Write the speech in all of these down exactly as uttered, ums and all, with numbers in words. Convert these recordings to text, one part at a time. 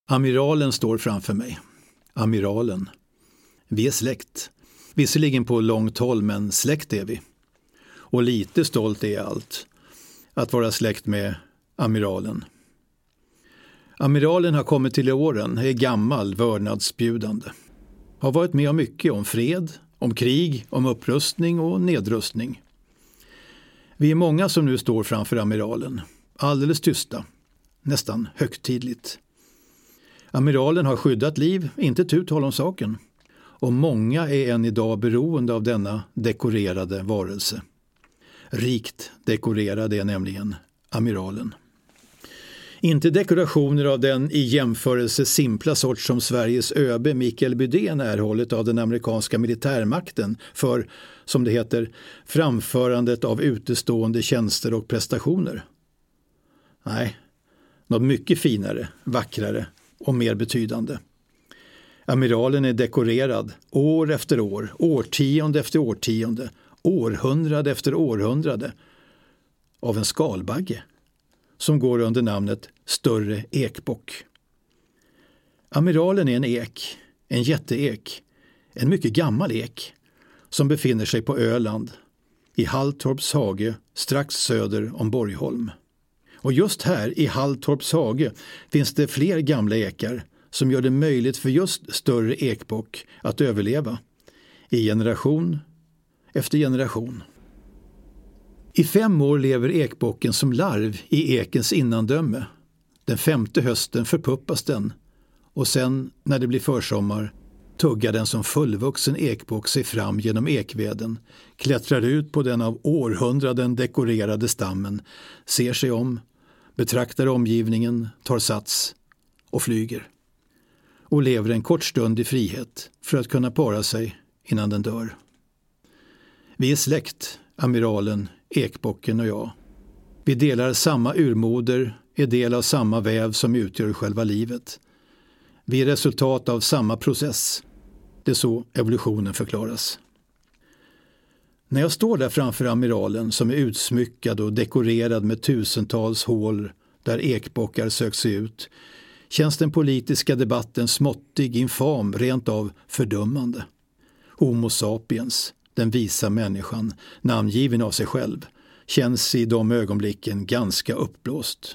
Amiralen står framför mig. Amiralen. Vi är släkt. Visserligen på långt håll, men släkt är vi. Och lite stolt är allt. Att vara släkt med amiralen. Amiralen har kommit till åren, är gammal, vördnadsbjudande. Har varit med om mycket, om fred, om krig, om upprustning och nedrustning. Vi är många som nu står framför amiralen. Alldeles tysta. Nästan högtidligt. Amiralen har skyddat liv, inte tu tal om saken. Och många är än idag beroende av denna dekorerade varelse. Rikt dekorerad är nämligen amiralen. Inte dekorationer av den i jämförelse simpla sort som Sveriges ÖB Mikael Bydén erhållit av den amerikanska militärmakten för, som det heter, framförandet av utestående tjänster och prestationer. Nej, något mycket finare, vackrare och mer betydande. Amiralen är dekorerad år efter år, årtionde efter årtionde, århundrade efter århundrade av en skalbagge som går under namnet Större ekbock. Amiralen är en ek, en jätteek, en mycket gammal ek som befinner sig på Öland i Halltorps hage strax söder om Borgholm. Och just här i Halltorps hage finns det fler gamla ekar som gör det möjligt för just Större ekbock att överleva i generation efter generation. I fem år lever ekbocken som larv i ekens innandöme. Den femte hösten förpuppas den och sen när det blir försommar tuggar den som fullvuxen ekbock sig fram genom ekveden, klättrar ut på den av århundraden dekorerade stammen, ser sig om, betraktar omgivningen, tar sats och flyger. Och lever en kort stund i frihet för att kunna para sig innan den dör. Vi är släkt, amiralen, ekbocken och jag. Vi delar samma urmoder, är del av samma väv som utgör själva livet. Vi är resultat av samma process. Det är så evolutionen förklaras. När jag står där framför amiralen som är utsmyckad och dekorerad med tusentals hål där ekbockar sökt sig ut, känns den politiska debatten småttig, infam, rent av fördömande. Homo sapiens, den visa människan, namngiven av sig själv, känns i de ögonblicken ganska uppblåst.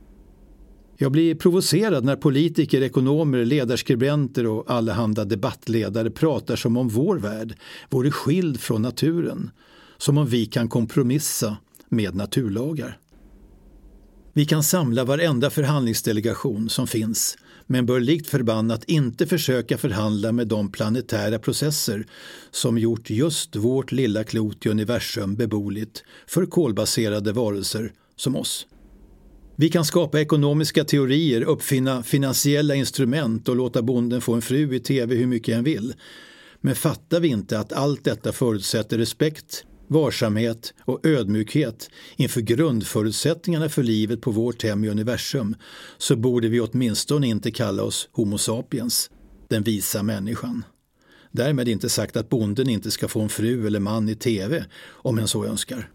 Jag blir provocerad när politiker, ekonomer, ledarskribenter och allehanda debattledare pratar som om vår värld vore skild från naturen, som om vi kan kompromissa med naturlagar. Vi kan samla varenda förhandlingsdelegation som finns, men bör likt förbannat inte försöka förhandla med de planetära processer som gjort just vårt lilla klot i universum beboeligt för kolbaserade varelser som oss. Vi kan skapa ekonomiska teorier, uppfinna finansiella instrument och låta bonden få en fru i tv hur mycket han vill. Men fattar vi inte att allt detta förutsätter respekt, varsamhet och ödmjukhet inför grundförutsättningarna för livet på vårt hem i universum, så borde vi åtminstone inte kalla oss Homo sapiens, den visa människan. Därmed inte sagt att bonden inte ska få en fru eller man i tv om en så önskar.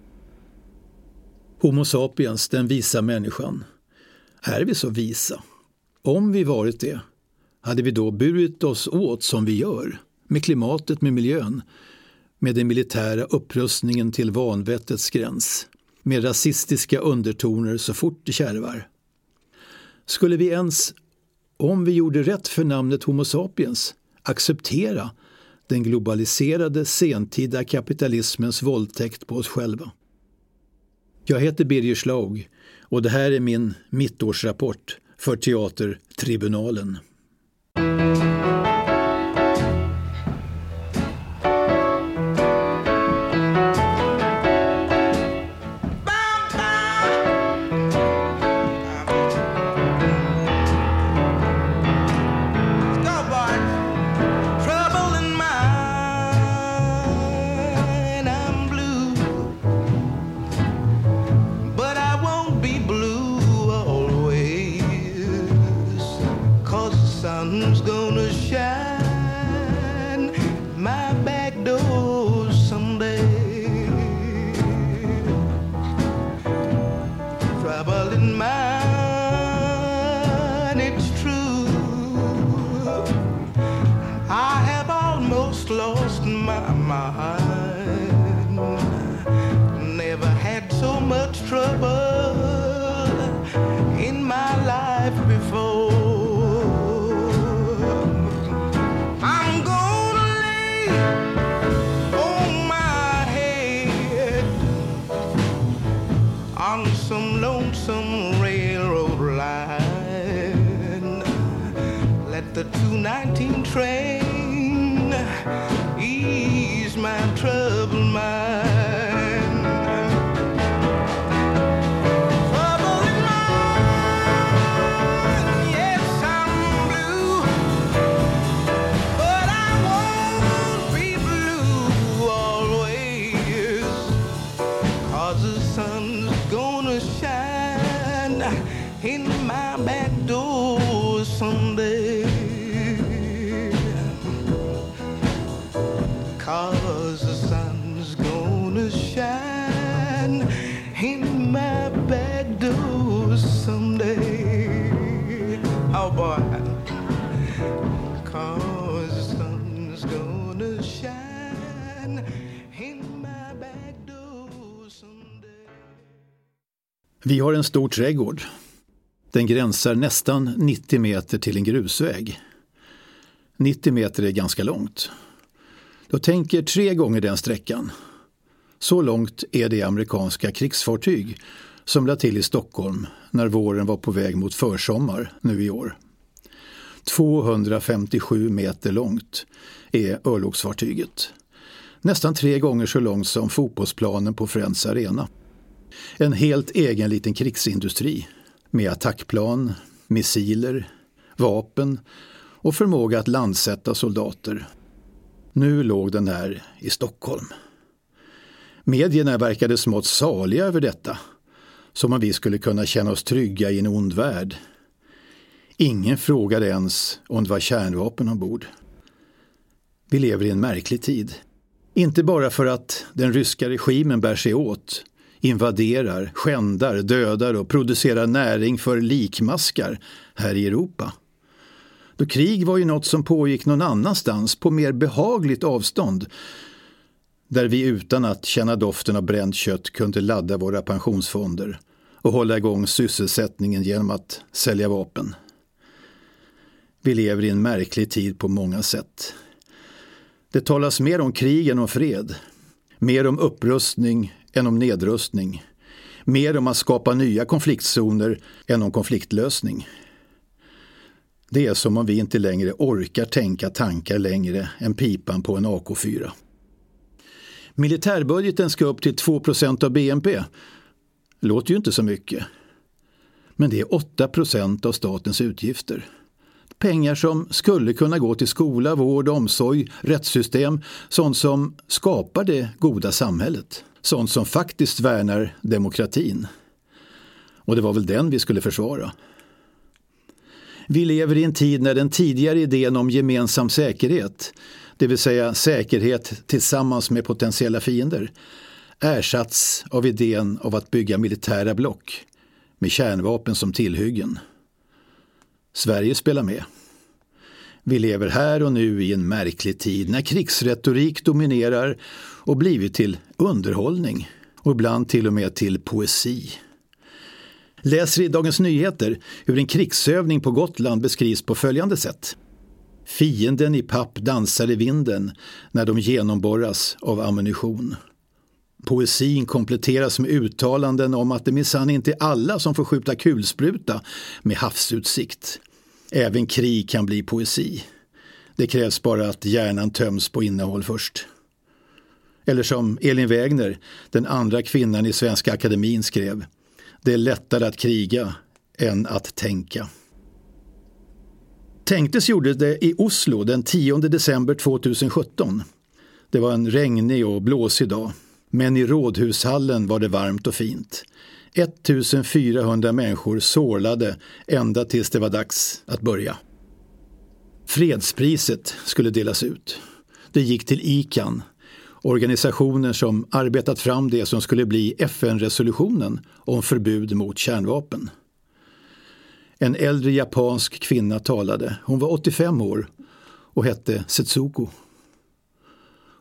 Homo sapiens, den visa människan. Är vi så visa? Om vi varit det, hade vi då burit oss åt som vi gör, med klimatet, med miljön, med den militära upprustningen till vanvettets gräns, med rasistiska undertoner så fort det kärvar? Skulle vi ens, om vi gjorde rätt för namnet Homo sapiens, acceptera den globaliserade sentida kapitalismens våldtäkt på oss själva? Jag heter Birger Schlaug och det här är min mittårsrapport för Teatertribunalen. Cause lost my mind. Never had so much trouble in my life before. I'm gonna lay on my head on some lonesome railroad line. Let the two nineteen train ease my troubled mind. Trouble in mind, yes, I'm blue, but I won't be blue always, 'cause the sun's gonna shine in my back door someday. 'Cause the sun's gonna shine in my back door someday. Oh boy. 'Cause the sun's gonna shine in my back door someday. Vi har en stor trädgård. Den gränsar nästan nittio meter till en grusväg. nittio meter är ganska långt. Då tänker tre gånger den sträckan. Så långt är det amerikanska krigsfartyg som lade till i Stockholm när våren var på väg mot försommar nu i år. tvåhundrafemtiosju meter långt är örlogsfartyget. Nästan tre gånger så långt som fotbollsplanen på Friends Arena. En helt egen liten krigsindustri med attackplan, missiler, vapen och förmåga att landsätta soldater. Nu låg den här i Stockholm. Medierna verkade smått saliga över detta, som om vi skulle kunna känna oss trygga i en ond värld. Ingen frågade ens om det var kärnvapen ombord. Vi lever i en märklig tid. Inte bara för att den ryska regimen bär sig åt, invaderar, skändar, dödar och producerar näring för likmaskar här i Europa. Då krig var ju något som pågick någon annanstans på mer behagligt avstånd, där vi utan att känna doften av bränt kött kunde ladda våra pensionsfonder och hålla igång sysselsättningen genom att sälja vapen. Vi lever i en märklig tid på många sätt. Det talas mer om krig än om fred, mer om upprustning än om nedrustning, mer om att skapa nya konfliktzoner än om konfliktlösning. Det är som om vi inte längre orkar tänka tankar längre än pipan på en A K fyra. Militärbudgeten ska upp till två procent av B N P. Låter ju inte så mycket. Men det är åtta procent av statens utgifter. Pengar som skulle kunna gå till skola, vård, omsorg, rättssystem, sånt som skapar det goda samhället. Sånt som faktiskt värnar demokratin. Och det var väl den vi skulle försvara. Vi lever i en tid när den tidigare idén om gemensam säkerhet, det vill säga säkerhet tillsammans med potentiella fiender, ersatts av idén av att bygga militära block med kärnvapen som tillhyggen. Sverige spelar med. Vi lever här och nu i en märklig tid när krigsretorik dominerar och blivit till underhållning och ibland till och med till poesi. Läser i Dagens Nyheter hur en krigsövning på Gotland beskrivs på följande sätt. Fienden i papp dansar i vinden när de genomborras av ammunition. Poesin kompletteras med uttalanden om att det minsann inte är alla som får skjuta kulspruta med havsutsikt. Även krig kan bli poesi. Det krävs bara att hjärnan töms på innehåll först. Eller som Elin Wägner, den andra kvinnan i Svenska Akademin, skrev: det är lättare att kriga än att tänka. Tänktes gjorde det i Oslo den tionde december tjugohundrasjutton. Det var en regnig och blåsig dag, men i rådhushallen var det varmt och fint. ettusensfyrahundra människor sorlade ända tills det var dags att börja. Fredspriset skulle delas ut. Det gick till I C A N, organisationer som arbetat fram det som skulle bli F N-resolutionen om förbud mot kärnvapen. En äldre japansk kvinna talade. Hon var åttiofem år och hette Setsuko.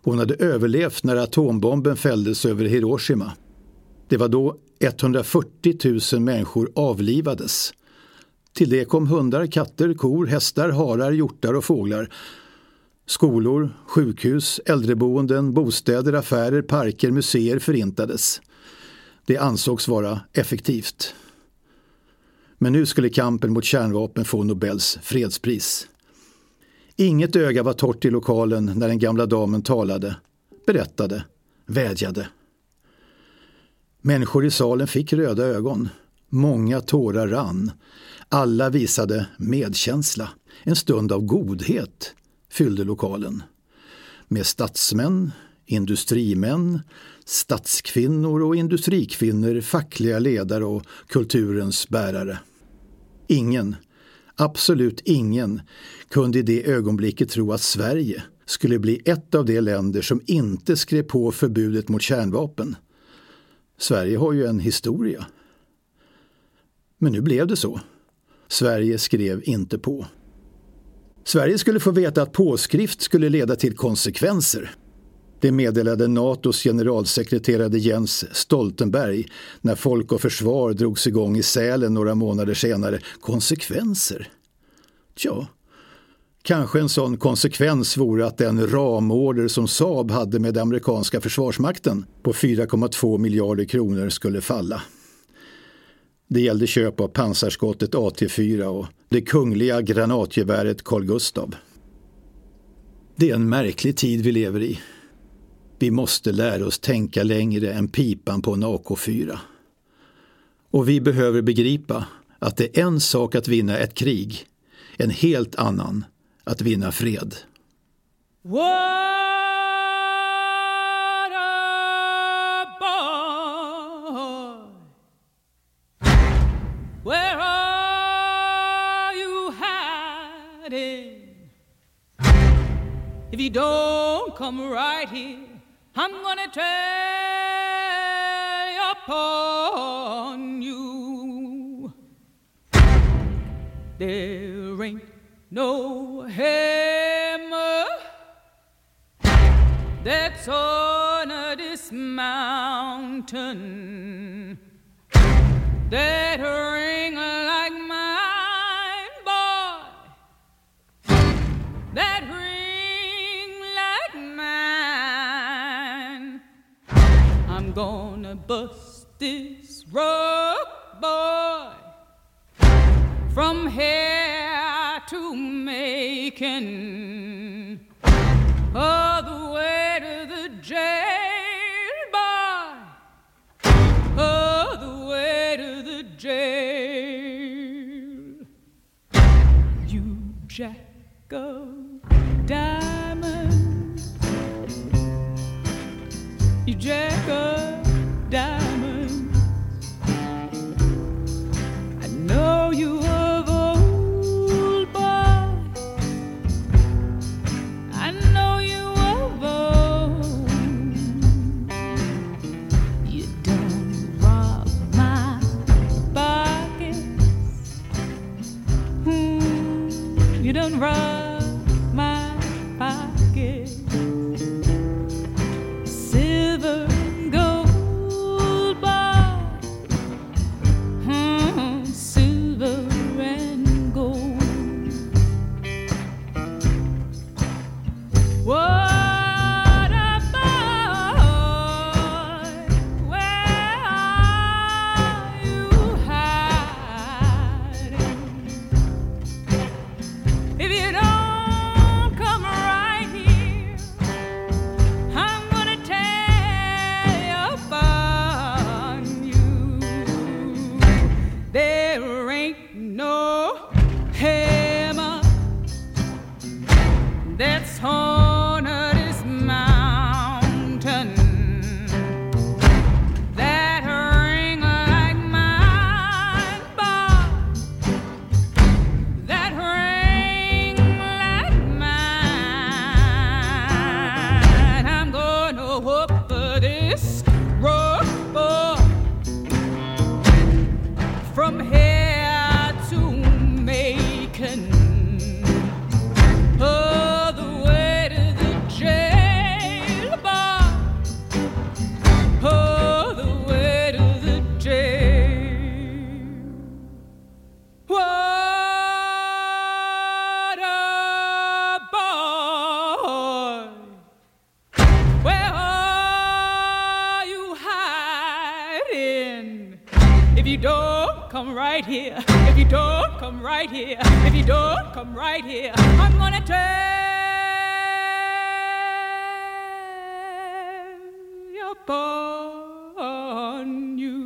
Hon hade överlevt när atombomben fälldes över Hiroshima. Det var då etthundrafyrtio tusen människor avlivades. Till det kom hundar, katter, kor, hästar, harar, hjortar och fåglar. Skolor, sjukhus, äldreboenden, bostäder, affärer, parker, museer förintades. Det ansågs vara effektivt. Men nu skulle kampen mot kärnvapen få Nobels fredspris. Inget öga var torrt i lokalen när den gamla damen talade, berättade, vädjade. Människor i salen fick röda ögon. Många tårar rann. Alla visade medkänsla. En stund av godhet fyllde lokalen. Med statsmän, industrimän, statskvinnor och industrikvinnor, fackliga ledare och kulturens bärare. Ingen, absolut ingen, kunde i det ögonblicket tro att Sverige skulle bli ett av de länder som inte skrev på förbudet mot kärnvapen. Sverige har ju en historia. Men nu blev det så. Sverige skrev inte på. Sverige skulle få veta att påskrift skulle leda till konsekvenser. Det meddelade NATOs generalsekreterare Jens Stoltenberg när Folk och Försvar drogs igång i Sälen några månader senare. Konsekvenser? Tja, kanske en sån konsekvens vore att den ramorder som Saab hade med den amerikanska försvarsmakten på fyra komma två miljarder kronor skulle falla. Det gällde köp av pansarskottet A T fyra och det kungliga granatgeväret Carl Gustaf. Det är en märklig tid vi lever i. Vi måste lära oss tänka längre än pipan på en A K fyra. Och vi behöver begripa att det är en sak att vinna ett krig, en helt annan att vinna fred. What a boy. Where are you hiding? If you don't come right here, I'm gonna tear upon you. There ain't no hammer that's on this mountain that ring like mine, boy. That ring like mine. I'm gonna bust this rock, boy, from here to Macon, all the way to the jail, boy, all the way to the jail. You jack of diamonds, you jack of diamonds. I know you of old, boy, I know you of old. You done rob my pockets, hmm, you done rob my pockets. Silver and gold, boy, hmm, silver and gold. What a boy, where are you hiding? If you don't come right here, I'm gonna tear upon you. There ain't no hammer that's on this mountain that ring like mine, boy. That ring like mine. I'm gonna whoop for this rock, boy, from here to Macon, all the way to the jail, come right here, if you don't come right here, if you don't come right here, I'm gonna tell upon you.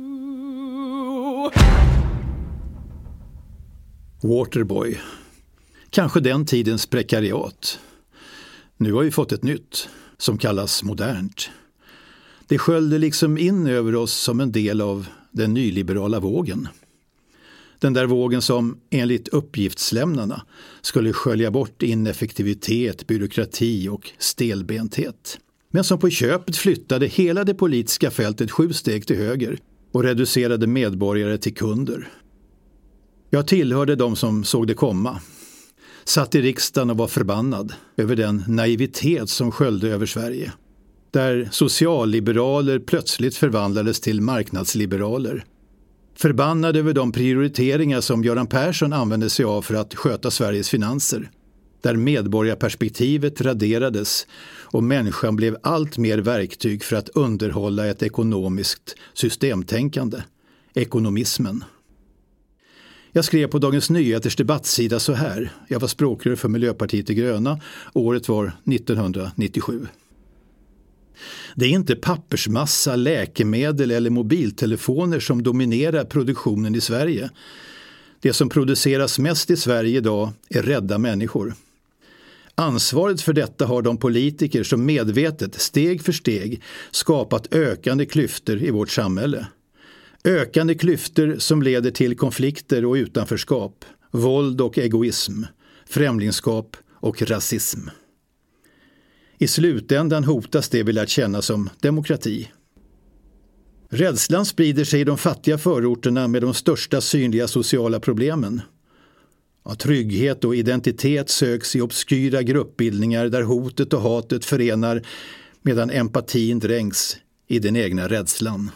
Waterboy. Kanske den tidens prekariat. Nu har vi fått ett nytt som kallas modernt. Det sköljde liksom in över oss som en del av den nyliberala vågen. Den där vågen som enligt uppgiftslämnarna skulle skölja bort ineffektivitet, byråkrati och stelbenthet. Men som på köpet flyttade hela det politiska fältet sju steg till höger och reducerade medborgare till kunder. Jag tillhörde de som såg det komma. Satt i riksdagen och var förbannad över den naivitet som sköljde över Sverige. Där socialliberaler plötsligt förvandlades till marknadsliberaler. Förbannad över de prioriteringar som Göran Persson använde sig av för att sköta Sveriges finanser. Där medborgarperspektivet raderades och människan blev allt mer verktyg för att underhålla ett ekonomiskt systemtänkande. Ekonomismen. Jag skrev på Dagens Nyheters debattsida så här. Jag var språkrör för Miljöpartiet de gröna. Året var nittonhundranittiosju. Det är inte pappersmassa, läkemedel eller mobiltelefoner som dominerar produktionen i Sverige. Det som produceras mest i Sverige idag är rädda människor. Ansvaret för detta har de politiker som medvetet, steg för steg, skapat ökande klyftor i vårt samhälle. Ökande klyftor som leder till konflikter och utanförskap, våld och egoism, främlingskap och rasism. I slutändan hotas det vi lärt känna som demokrati. Rädslan sprider sig i de fattiga förorterna med de största synliga sociala problemen. Ja, trygghet och identitet söks i obskyra gruppbildningar där hotet och hatet förenar medan empatin dränks i den egna rädslan.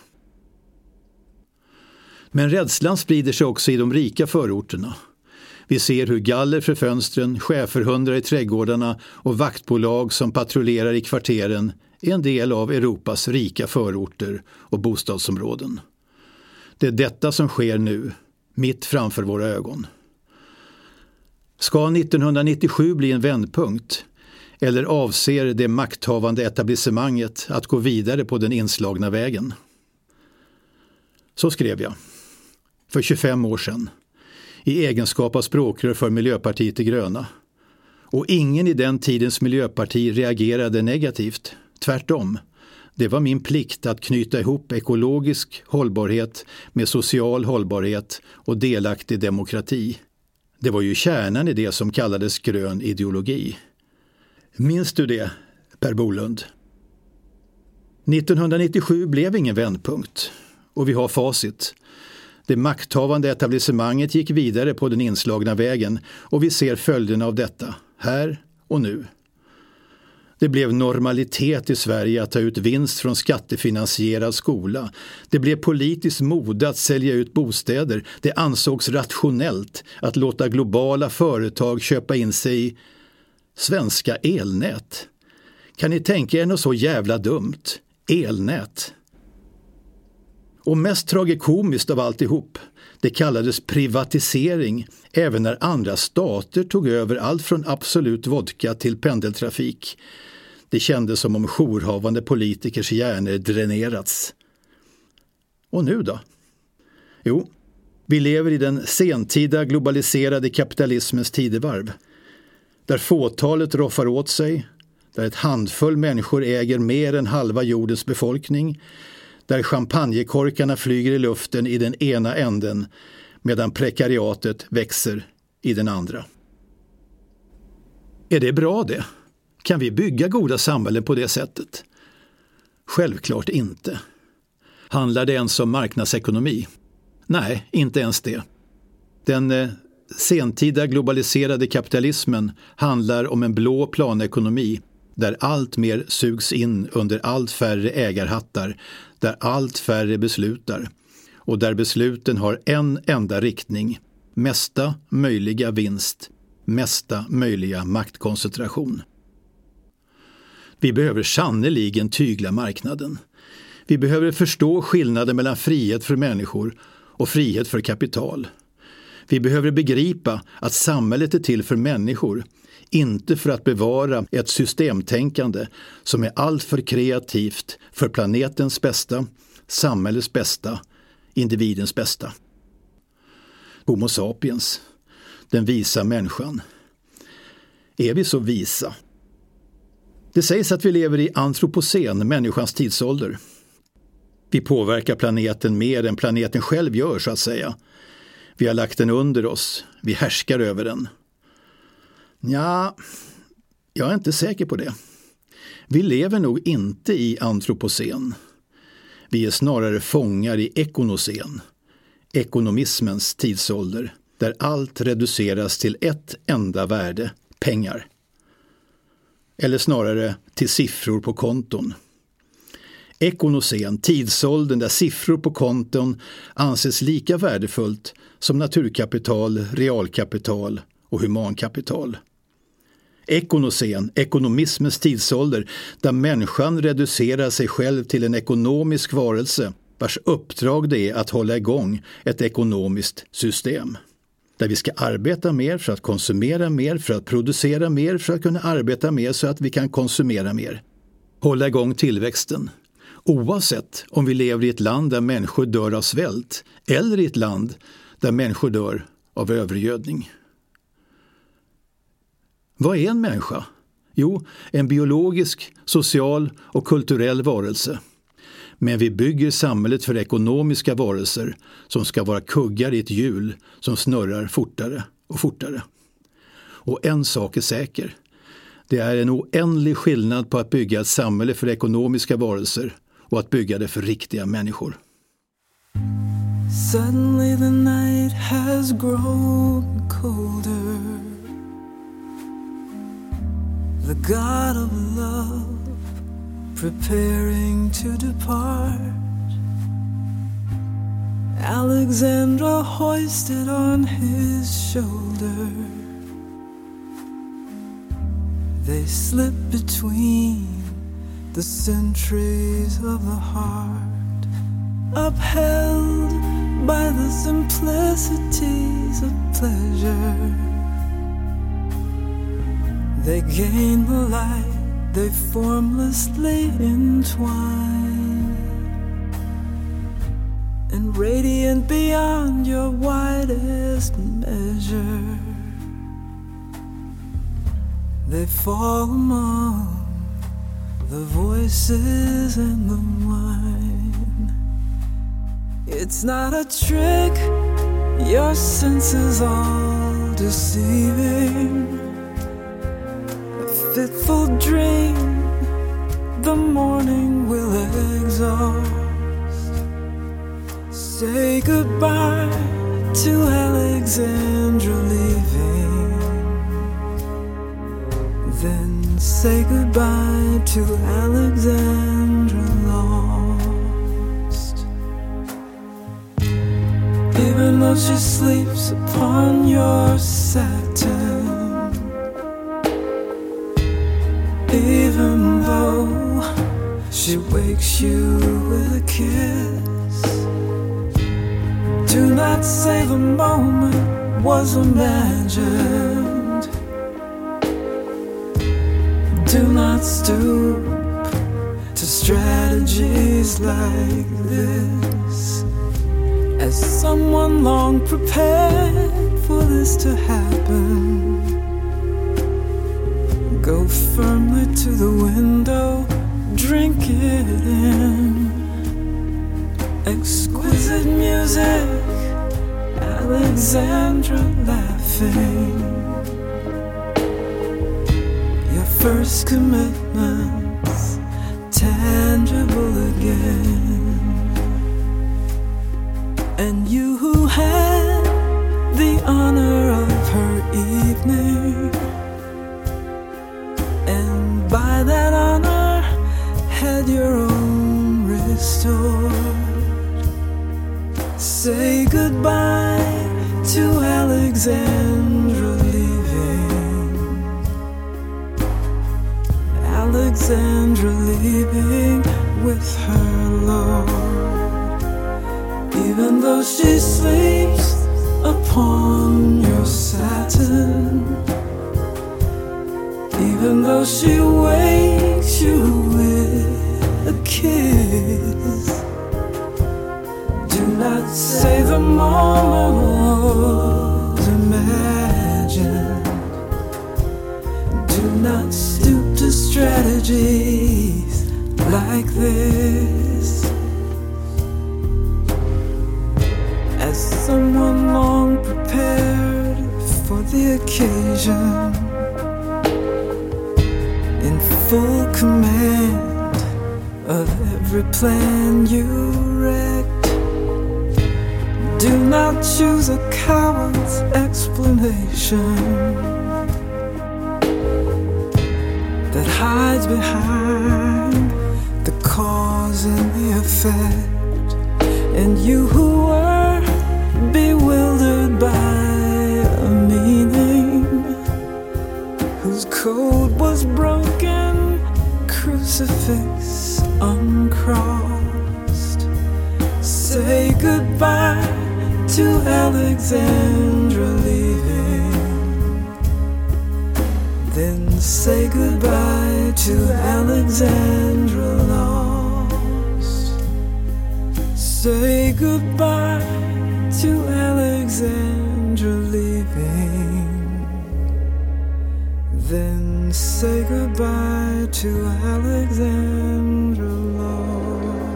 Men rädslan sprider sig också i de rika förorterna. Vi ser hur galler för fönstren, schäferhundar i trädgårdarna och vaktbolag som patrullerar i kvarteren är en del av Europas rika förorter och bostadsområden. Det är detta som sker nu, mitt framför våra ögon. Ska nittonhundranittiosju bli en vändpunkt? Eller avser det makthavande etablissemanget att gå vidare på den inslagna vägen? Så skrev jag. För tjugofem år sedan. I egenskap av språkrör för Miljöpartiet de gröna. Och ingen i den tidens miljöparti reagerade negativt. Tvärtom. Det var min plikt att knyta ihop ekologisk hållbarhet med social hållbarhet och delaktig demokrati. Det var ju kärnan i det som kallades grön ideologi. Minns du det, Per Bolund? nittonhundranittiosju blev ingen vändpunkt. Och vi har facit. Det makthavande etablissemanget gick vidare på den inslagna vägen och vi ser följderna av detta, här och nu. Det blev normalitet i Sverige att ta ut vinst från skattefinansierad skola. Det blev politiskt mode att sälja ut bostäder. Det ansågs rationellt att låta globala företag köpa in sig i svenska elnät. Kan ni tänka er något så jävla dumt? Elnät. Och mest tragikomiskt av alltihop, det kallades privatisering även när andra stater tog över allt från absolut vodka till pendeltrafik. Det kändes som om jourhavande politikers hjärnor dränerats. Och nu då? Jo, vi lever i den sentida globaliserade kapitalismens tidevarv. Där fåtalet roffar åt sig, där ett handfull människor äger mer än halva jordens befolkning, där champagnekorkarna flyger i luften i den ena änden medan prekariatet växer i den andra. Är det bra det? Kan vi bygga goda samhällen på det sättet? Självklart inte. Handlar det ens om marknadsekonomi? Nej, inte ens det. Den eh, sentida globaliserade kapitalismen handlar om en blå planekonomi där allt mer sugs in under allt färre ägarhattar, där allt färre beslutar och där besluten har en enda riktning, mesta möjliga vinst, mesta möjliga maktkoncentration. Vi behöver sannoliken tygla marknaden. Vi behöver förstå skillnaden mellan frihet för människor och frihet för kapital. Vi behöver begripa att samhället är till för människor, inte för att bevara ett systemtänkande som är alltför kreativt för planetens bästa, samhällets bästa, individens bästa. Homo sapiens, den visa människan. Är vi så visa? Det sägs att vi lever i antropocen, människans tidsålder. Vi påverkar planeten mer än planeten själv gör, så att säga. Vi har lagt den under oss, vi härskar över den. Ja, jag är inte säker på det. Vi lever nog inte i antropocen. Vi är snarare fångar i ekonocen, ekonomismens tidsålder, där allt reduceras till ett enda värde, pengar. Eller snarare till siffror på konton. Ekonocen, tidsåldern där siffror på konton anses lika värdefullt som naturkapital, realkapital och humankapital. Ekonocen, ekonomismens tidsålder, där människan reducerar sig själv till en ekonomisk varelse vars uppdrag det är att hålla igång ett ekonomiskt system. Där vi ska arbeta mer för att konsumera mer, för att producera mer, för att kunna arbeta mer så att vi kan konsumera mer. Hålla igång tillväxten. Oavsett om vi lever i ett land där människor dör av svält eller i ett land där människor dör av övergödning. Vad är en människa? Jo, en biologisk, social och kulturell varelse. Men vi bygger samhället för ekonomiska varelser som ska vara kuggar i ett hjul som snurrar fortare och fortare. Och en sak är säker. Det är en oändlig skillnad på att bygga ett samhälle för ekonomiska varelser och att bygga det för riktiga människor. Suddenly the night has grown colder. The God of love preparing to depart. Alexandra hoisted on his shoulder. They slip between the centuries of the heart, upheld by the simplicities of pleasure. They gain the light, they formlessly entwine, and radiant beyond your widest measure, they fall among the voices and the wine. It's not a trick, your senses all deceiving. A fitful dream, the morning will exhaust. Say goodbye to Alexandra leaving. Then say goodbye to Alexandra lost. Even though she sleeps upon your satin, even though she wakes you with a kiss, do not say the moment was imagined. Do not stoop to strategies like this, as someone long prepared for this to happen. Go firmly to the window, drink it in. Exquisite music, Alexandra laughing. Your first commitments, tangible again. And you who had the honor of her evening, and by that honor had your own restored. Say goodbye to Alexandra leaving. Alexandra leaving with her Lord. even though she sleeps upon your satin, even though she wakes you with a kiss. Do not say the moment was imagined. Do not stoop to strategies like this. As someone long prepared for the occasion, in full command of every plan you wrecked, do not choose a coward's explanation that hides behind the cause and the effect. And you who were bewildered by a meaning whose code was broken, crucifix uncrossed, say goodbye to Alexandra leaving. Then say goodbye to Alexandra lost. Say goodbye to Alexandra leaving. Then say goodbye to Alexandra lost.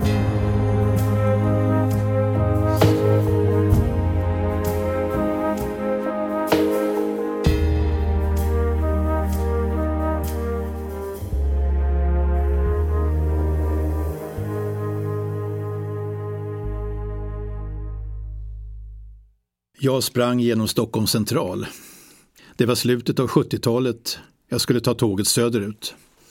Jag sprang genom Stockholms central. Det var slutet av sjuttiotalet. Jag skulle ta tåget söderut.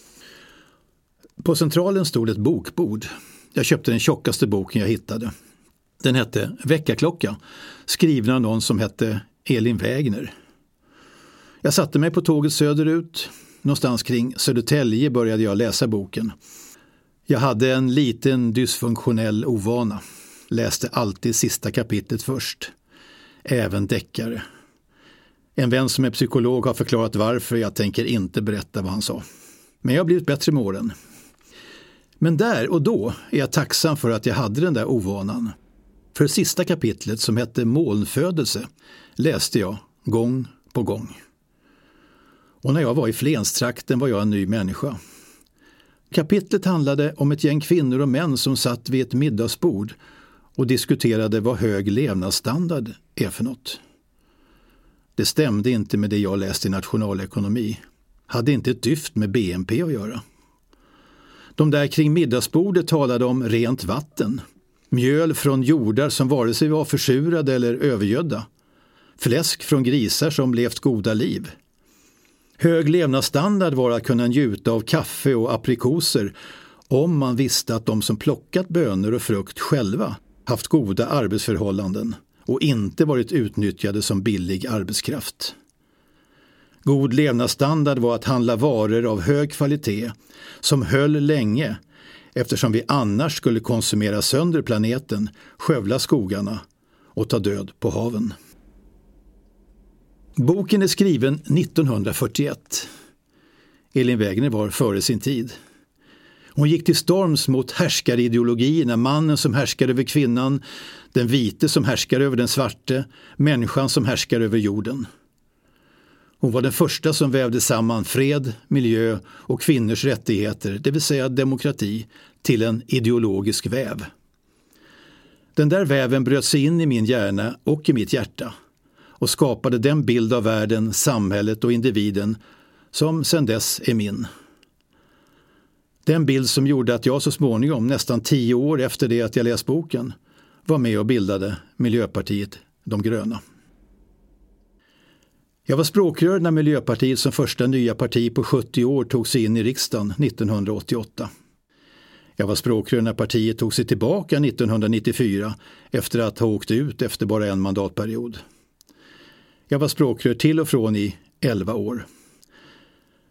På centralen stod ett bokbord. Jag köpte den tjockaste boken jag hittade. Den hette Väckarklocka, skriven av någon som hette Elin Wägner. Jag satte mig på tåget söderut. Någonstans kring Södertälje började jag läsa boken. Jag hade en liten dysfunktionell ovana. Läste alltid sista kapitlet först. Även deckare. En vän som är psykolog har förklarat varför. Jag tänker inte berätta vad han sa. Men jag har blivit bättre med åren. Men där och då är jag tacksam för att jag hade den där ovanan. För sista kapitlet, som hette Molnfödelse, läste jag gång på gång. Och när jag var i Flenstrakten var jag en ny människa. Kapitlet handlade om ett gäng kvinnor och män som satt vid ett middagsbord och diskuterade vad hög levnadsstandard är för något. Det stämde inte med det jag läste i nationalekonomi. Hade inte ett dyft med B N P att göra. De där kring middagsbordet talade om rent vatten. Mjöl från jordar som vare sig var försurade eller övergödda. Fläsk från grisar som levt goda liv. Hög levnadsstandard var att kunna njuta av kaffe och aprikoser om man visste att de som plockat bönor och frukt själva haft goda arbetsförhållanden och inte varit utnyttjade som billig arbetskraft. God levnadsstandard var att handla varor av hög kvalitet som höll länge, eftersom vi annars skulle konsumera sönder planeten, skövla skogarna och ta död på haven. Boken är skriven nittonhundrafyrtioett. Elin Wägner var före sin tid. Hon gick till storms mot härskarideologierna, mannen som härskar över kvinnan, den vite som härskar över den svarte, människan som härskar över jorden. Hon var den första som vävde samman fred, miljö och kvinnors rättigheter, det vill säga demokrati, till en ideologisk väv. Den där väven bröt sig in i min hjärna och i mitt hjärta och skapade den bild av världen, samhället och individen som sedan dess är min. Den bild som gjorde att jag så småningom, nästan tio år efter det att jag läst boken, var med och bildade Miljöpartiet de gröna. Jag var språkrör när Miljöpartiet som första nya parti på sjuttio år tog sig in i riksdagen nittonhundraåttioåtta. Jag var språkrör när partiet tog sig tillbaka nittonhundranittiofyra efter att ha åkt ut efter bara en mandatperiod. Jag var språkrör till och från i elva år.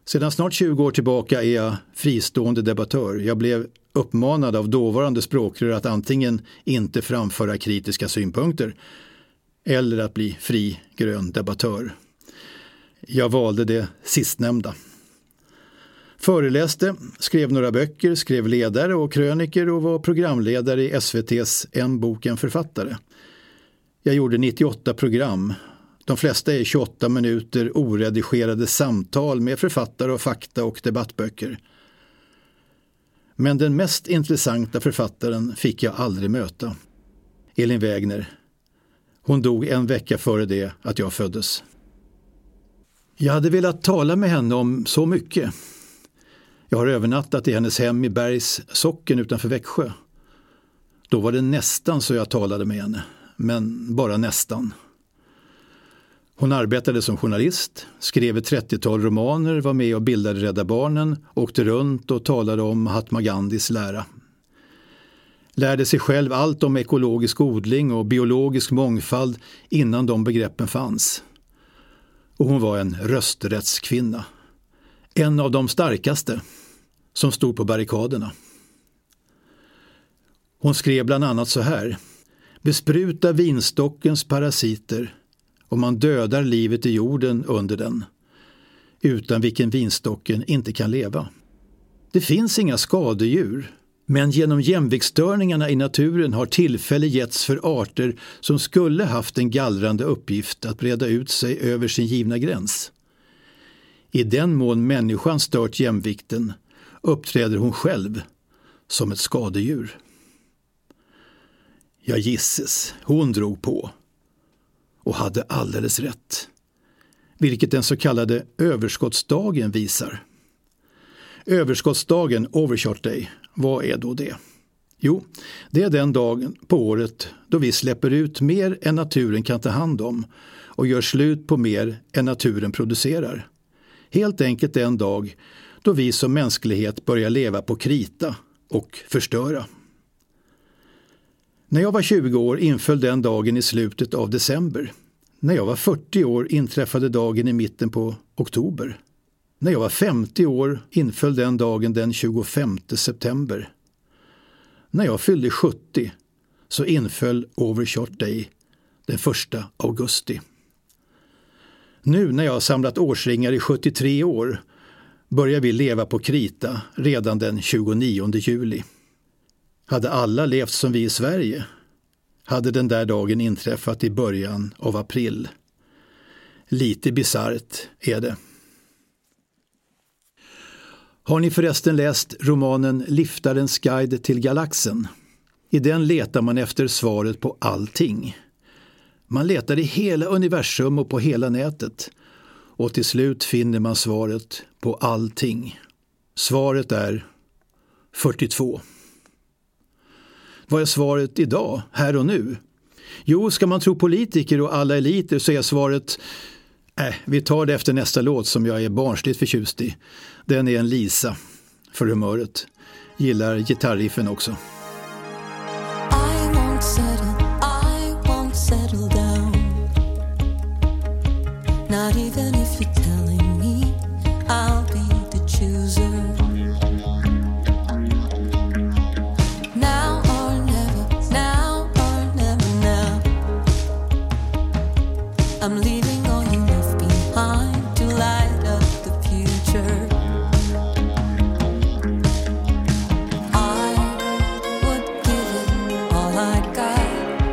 Sedan snart tjugo år tillbaka är jag fristående debattör. Jag blev uppmanad av dåvarande språkrör att antingen inte framföra kritiska synpunkter eller att bli fri grön debattör. Jag valde det sistnämnda. Föreläste, skrev några böcker, skrev ledare och kröniker och var programledare i S V T:s En bok, en författare. Jag gjorde nittioåtta program. De flesta är tjugoåtta minuter oredigerade samtal med författare och fakta och debattböcker. Men den mest intressanta författaren fick jag aldrig möta. Elin Wägner. Hon dog en vecka före det att jag föddes. Jag hade velat tala med henne om så mycket. Jag har övernattat i hennes hem i Bergs socken utanför Växjö. Då var det nästan så jag talade med henne, men bara nästan. Hon arbetade som journalist, skrev ett trettiotal romaner, var med och bildade Rädda Barnen, åkte runt och talade om Mahatma Gandhis lära. Lärde sig själv allt om ekologisk odling och biologisk mångfald innan de begreppen fanns. Och hon var en rösträttskvinna. En av de starkaste som stod på barrikaderna. Hon skrev bland annat så här: bespruta vinstockens parasiter och man dödar livet i jorden under den, utan vilken vinstocken inte kan leva. Det finns inga skadedjur, men genom jämviktsstörningarna i naturen har tillfälle getts för arter som skulle haft en gallrande uppgift att breda ut sig över sin givna gräns. I den mån människan stört jämvikten uppträder hon själv som ett skadedjur. Ja, gisses, hon drog på. Och hade alldeles rätt. Vilket den så kallade överskottsdagen visar. Överskottsdagen, Overshot Day, vad är då det? Jo, det är den dagen på året då vi släpper ut mer än naturen kan ta hand om och gör slut på mer än naturen producerar. Helt enkelt den dag då vi som mänsklighet börjar leva på krita och förstöra. När jag var tjugo år inföll den dagen i slutet av december. När jag var fyrtio år inträffade dagen i mitten på oktober. När jag var femtio år inföll den dagen den tjugofemte september. När jag fyllde sjuttio så inföll Overshot Day den första augusti. Nu när jag har samlat årsringar i sjuttiotre år börjar vi leva på krita redan den tjugonionde juli. Hade alla levt som vi i Sverige hade den där dagen inträffat i början av april. Lite bisarrt är det. Har ni förresten läst romanen Liftarens guide till galaxen? I den letar man efter svaret på allting. Man letar i hela universum och på hela nätet. Och till slut finner man svaret på allting. Svaret är fyrtiotvå. Vad är svaret idag, här och nu? Jo, ska man tro politiker och alla eliter så är svaret äh, vi tar det efter nästa låt som jag är barnsligt förtjust i. Den är en Lisa för humöret. Gillar gitarriffen också. I won't settle, I won't settle down. Not even if you're telling me I'll be the chooser. Now or never, now or never now. I'm leaving all you left behind to light up the future. I would give it all I got.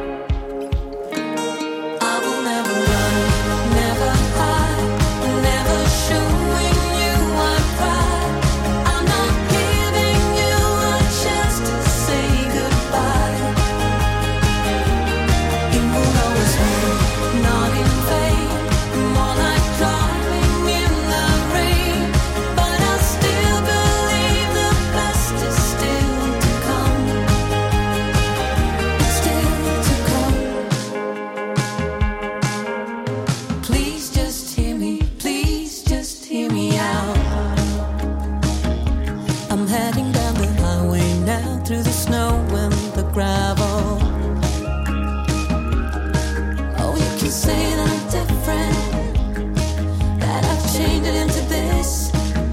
I will never run, never hide, never showing you I cried. I'm not giving you a chance to say goodbye. It will always be not in vain, more like driving in the rain. But I still believe the best is still to come. It's still to come. Please just hear me, please just hear me out. I'm heading down the highway now through the snow and the gravel. Oh, you can say that I'm different, that I've changed it into this.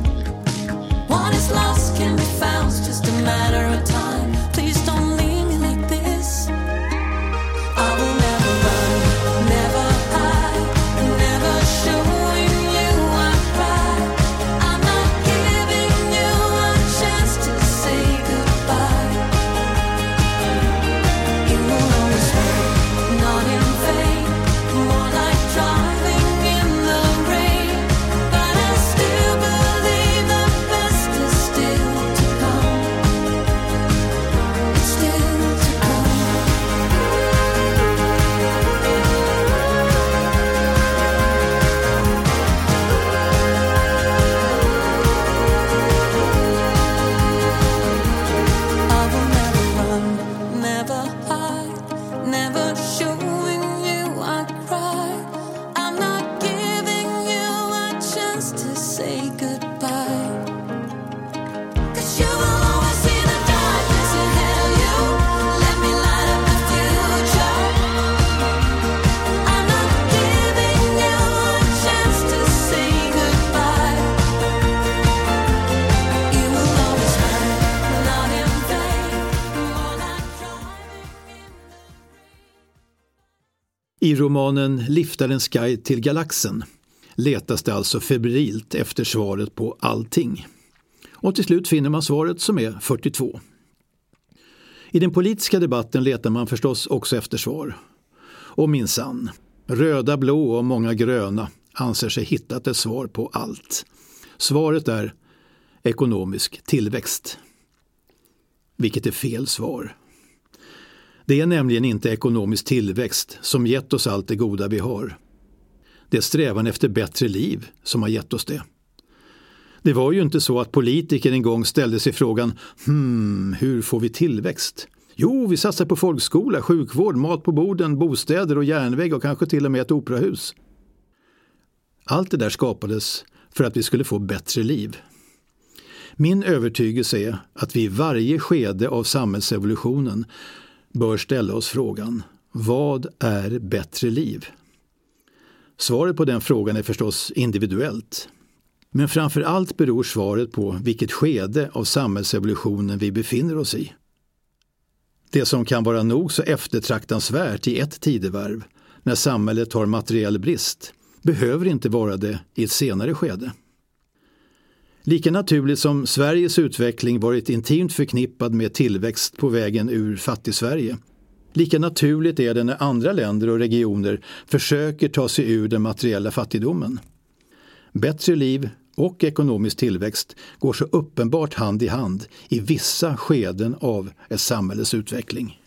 I romanen Liftarens guide till galaxen letas det alltså febrilt efter svaret på allting. Och till slut finner man svaret som är fyrtiotvå. I den politiska debatten letar man förstås också efter svar. Och minsann, röda, blå och många gröna anser sig hittat ett svar på allt. Svaret är ekonomisk tillväxt. Vilket är fel svar. Det är nämligen inte ekonomisk tillväxt som gett oss allt det goda vi har. Det är strävan efter bättre liv som har gett oss det. Det var ju inte så att politiker en gång ställde sig frågan hmm, hur får vi tillväxt? Jo, vi satsar på folkskola, sjukvård, mat på borden, bostäder och järnväg och kanske till och med ett operahus. Allt det där skapades för att vi skulle få bättre liv. Min övertygelse är att vi i varje skede av samhällsevolutionen bör ställa oss frågan: vad är bättre liv? Svaret på den frågan är förstås individuellt. Men framför allt beror svaret på vilket skede av samhällsevolutionen vi befinner oss i. Det som kan vara nog så eftertraktansvärt i ett tidevarv, när samhället har materiell brist, behöver inte vara det i ett senare skede. Lika naturligt som Sveriges utveckling varit intimt förknippad med tillväxt på vägen ur fattig-Sverige, lika naturligt är det när andra länder och regioner försöker ta sig ur den materiella fattigdomen. Bättre liv och ekonomisk tillväxt går så uppenbart hand i hand i vissa skeden av ett samhälles utveckling.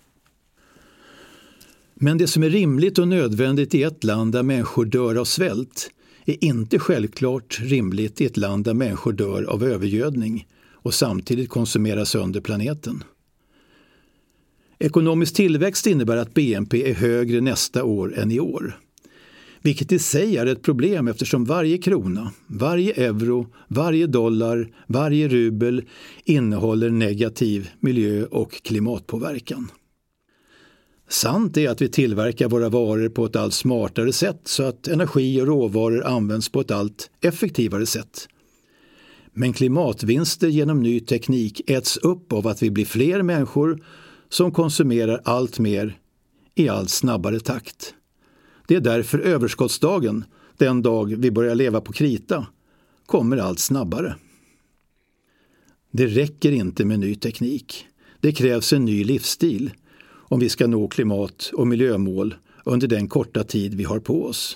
Men det som är rimligt och nödvändigt i ett land där människor dör av svält är inte självklart rimligt i ett land där människor dör av övergödning och samtidigt konsumerar sönder planeten. Ekonomisk tillväxt innebär att B N P är högre nästa år än i år. Vilket i sig är ett problem eftersom varje krona, varje euro, varje dollar, varje rubel innehåller negativ miljö- och klimatpåverkan. Sant är att vi tillverkar våra varor på ett allt smartare sätt så att energi och råvaror används på ett allt effektivare sätt. Men klimatvinster genom ny teknik äts upp av att vi blir fler människor som konsumerar allt mer i allt snabbare takt. Det är därför överskottsdagen, den dag vi börjar leva på krita, kommer allt snabbare. Det räcker inte med ny teknik. Det krävs en ny livsstil om vi ska nå klimat- och miljömål under den korta tid vi har på oss.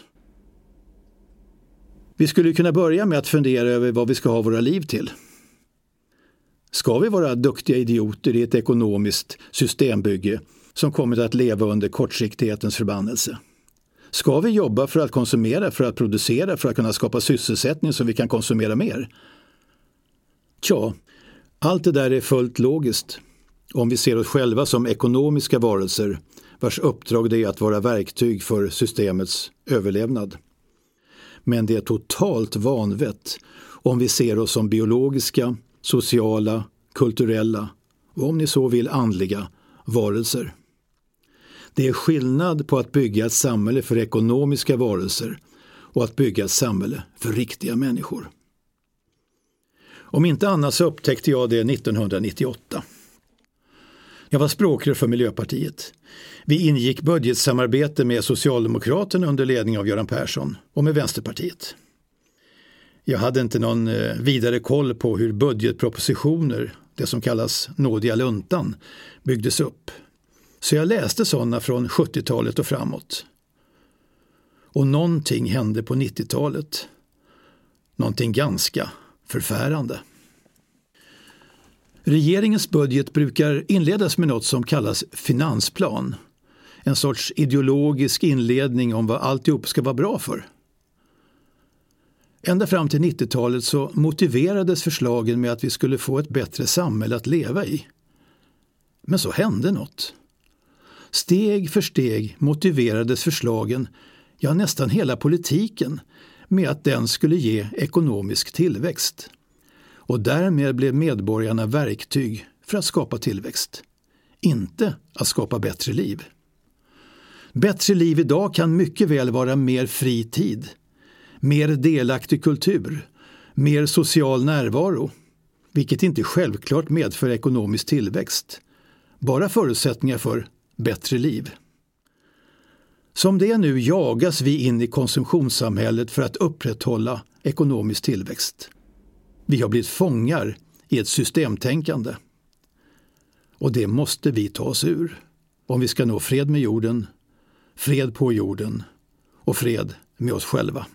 Vi skulle kunna börja med att fundera över vad vi ska ha våra liv till. Ska vi vara duktiga idioter i ett ekonomiskt systembygge som kommer att leva under kortsiktighetens förbannelse? Ska vi jobba för att konsumera, för att producera, för att kunna skapa sysselsättning så vi kan konsumera mer? Tja, allt det där är fullt logiskt om vi ser oss själva som ekonomiska varelser vars uppdrag det är att vara verktyg för systemets överlevnad. Men det är totalt vanvett om vi ser oss som biologiska, sociala, kulturella och om ni så vill andliga varelser. Det är skillnad på att bygga ett samhälle för ekonomiska varelser och att bygga ett samhälle för riktiga människor. Om inte annat så upptäckte jag det nittonhundranittioåtta. Jag var språkrör för Miljöpartiet. Vi ingick budgetsamarbete med Socialdemokraterna under ledning av Göran Persson och med Vänsterpartiet. Jag hade inte någon vidare koll på hur budgetpropositioner, det som kallas nådiga luntan, byggdes upp. Så jag läste sådana från sjuttiotalet och framåt. Och någonting hände på nittiotalet. Någonting ganska förfärande. Regeringens budget brukar inledas med något som kallas finansplan. En sorts ideologisk inledning om vad alltihop ska vara bra för. Ända fram till nittiotalet så motiverades förslagen med att vi skulle få ett bättre samhälle att leva i. Men så hände något. Steg för steg motiverades förslagen, ja nästan hela politiken, med att den skulle ge ekonomisk tillväxt. Och därmed blev medborgarna verktyg för att skapa tillväxt. Inte att skapa bättre liv. Bättre liv idag kan mycket väl vara mer fri tid, mer delaktig kultur, mer social närvaro, vilket inte självklart medför ekonomisk tillväxt. Bara förutsättningar för bättre liv. Som det är nu jagas vi in i konsumtionssamhället för att upprätthålla ekonomisk tillväxt. Vi har blivit fångar i ett systemtänkande. Och det måste vi ta oss ur om vi ska nå fred med jorden, fred på jorden och fred med oss själva.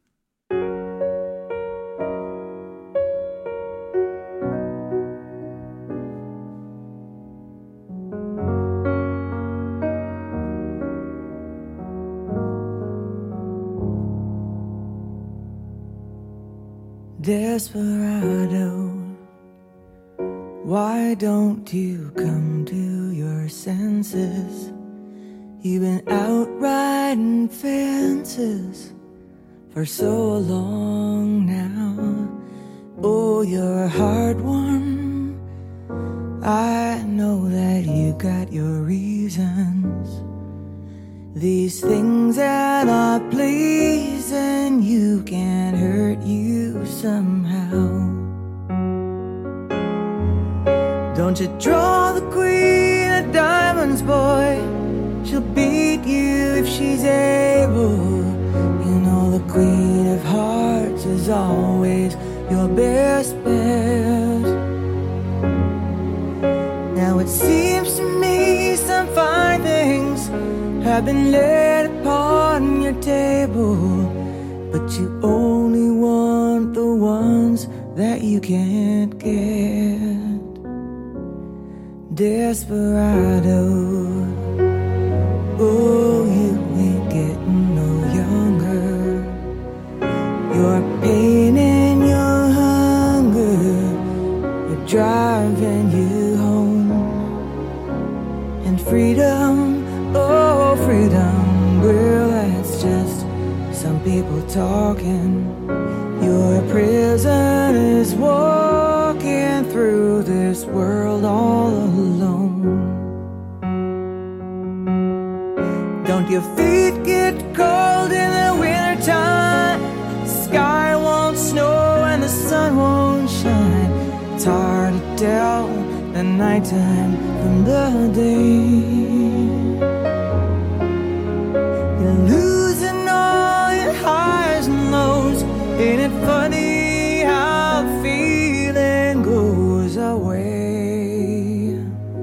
Desperado, why don't you come to your senses? You've been out riding fences for so long now. Oh, you're a hard one. I know that you got your reasons. These things that are pleasing you can hurt you somehow. Don't you draw the queen of diamonds, boy. She'll beat you if she's able. You know the queen of hearts is always your best bet. Now it seems to me some fine things have been laid upon your table, but you only want the ones that you can't get. Desperado, oh, you ain't getting no younger. Your pain and your hunger are driving you home. And freedom, oh, freedom, well, that's just some people talking. Your prison is walking through this world all alone. Don't your feet get cold in the wintertime? The sky won't snow and the sun won't shine. It's hard to tell the nighttime from the day. You're losing all your highs and lows. Ain't it funny how the feeling goes away?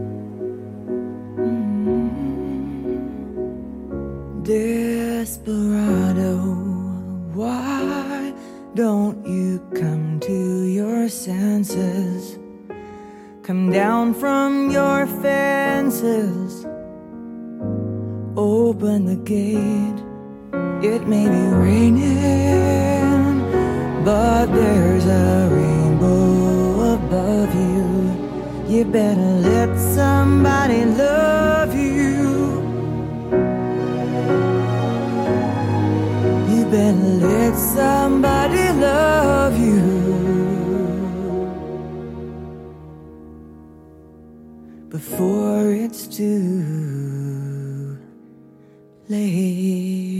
Mm. Desperado, why don't you come to your senses? Come down from your fences. Open the gate. It may be raining, but there's a rainbow above you. You better let somebody love you. You better let somebody love you before it's too late.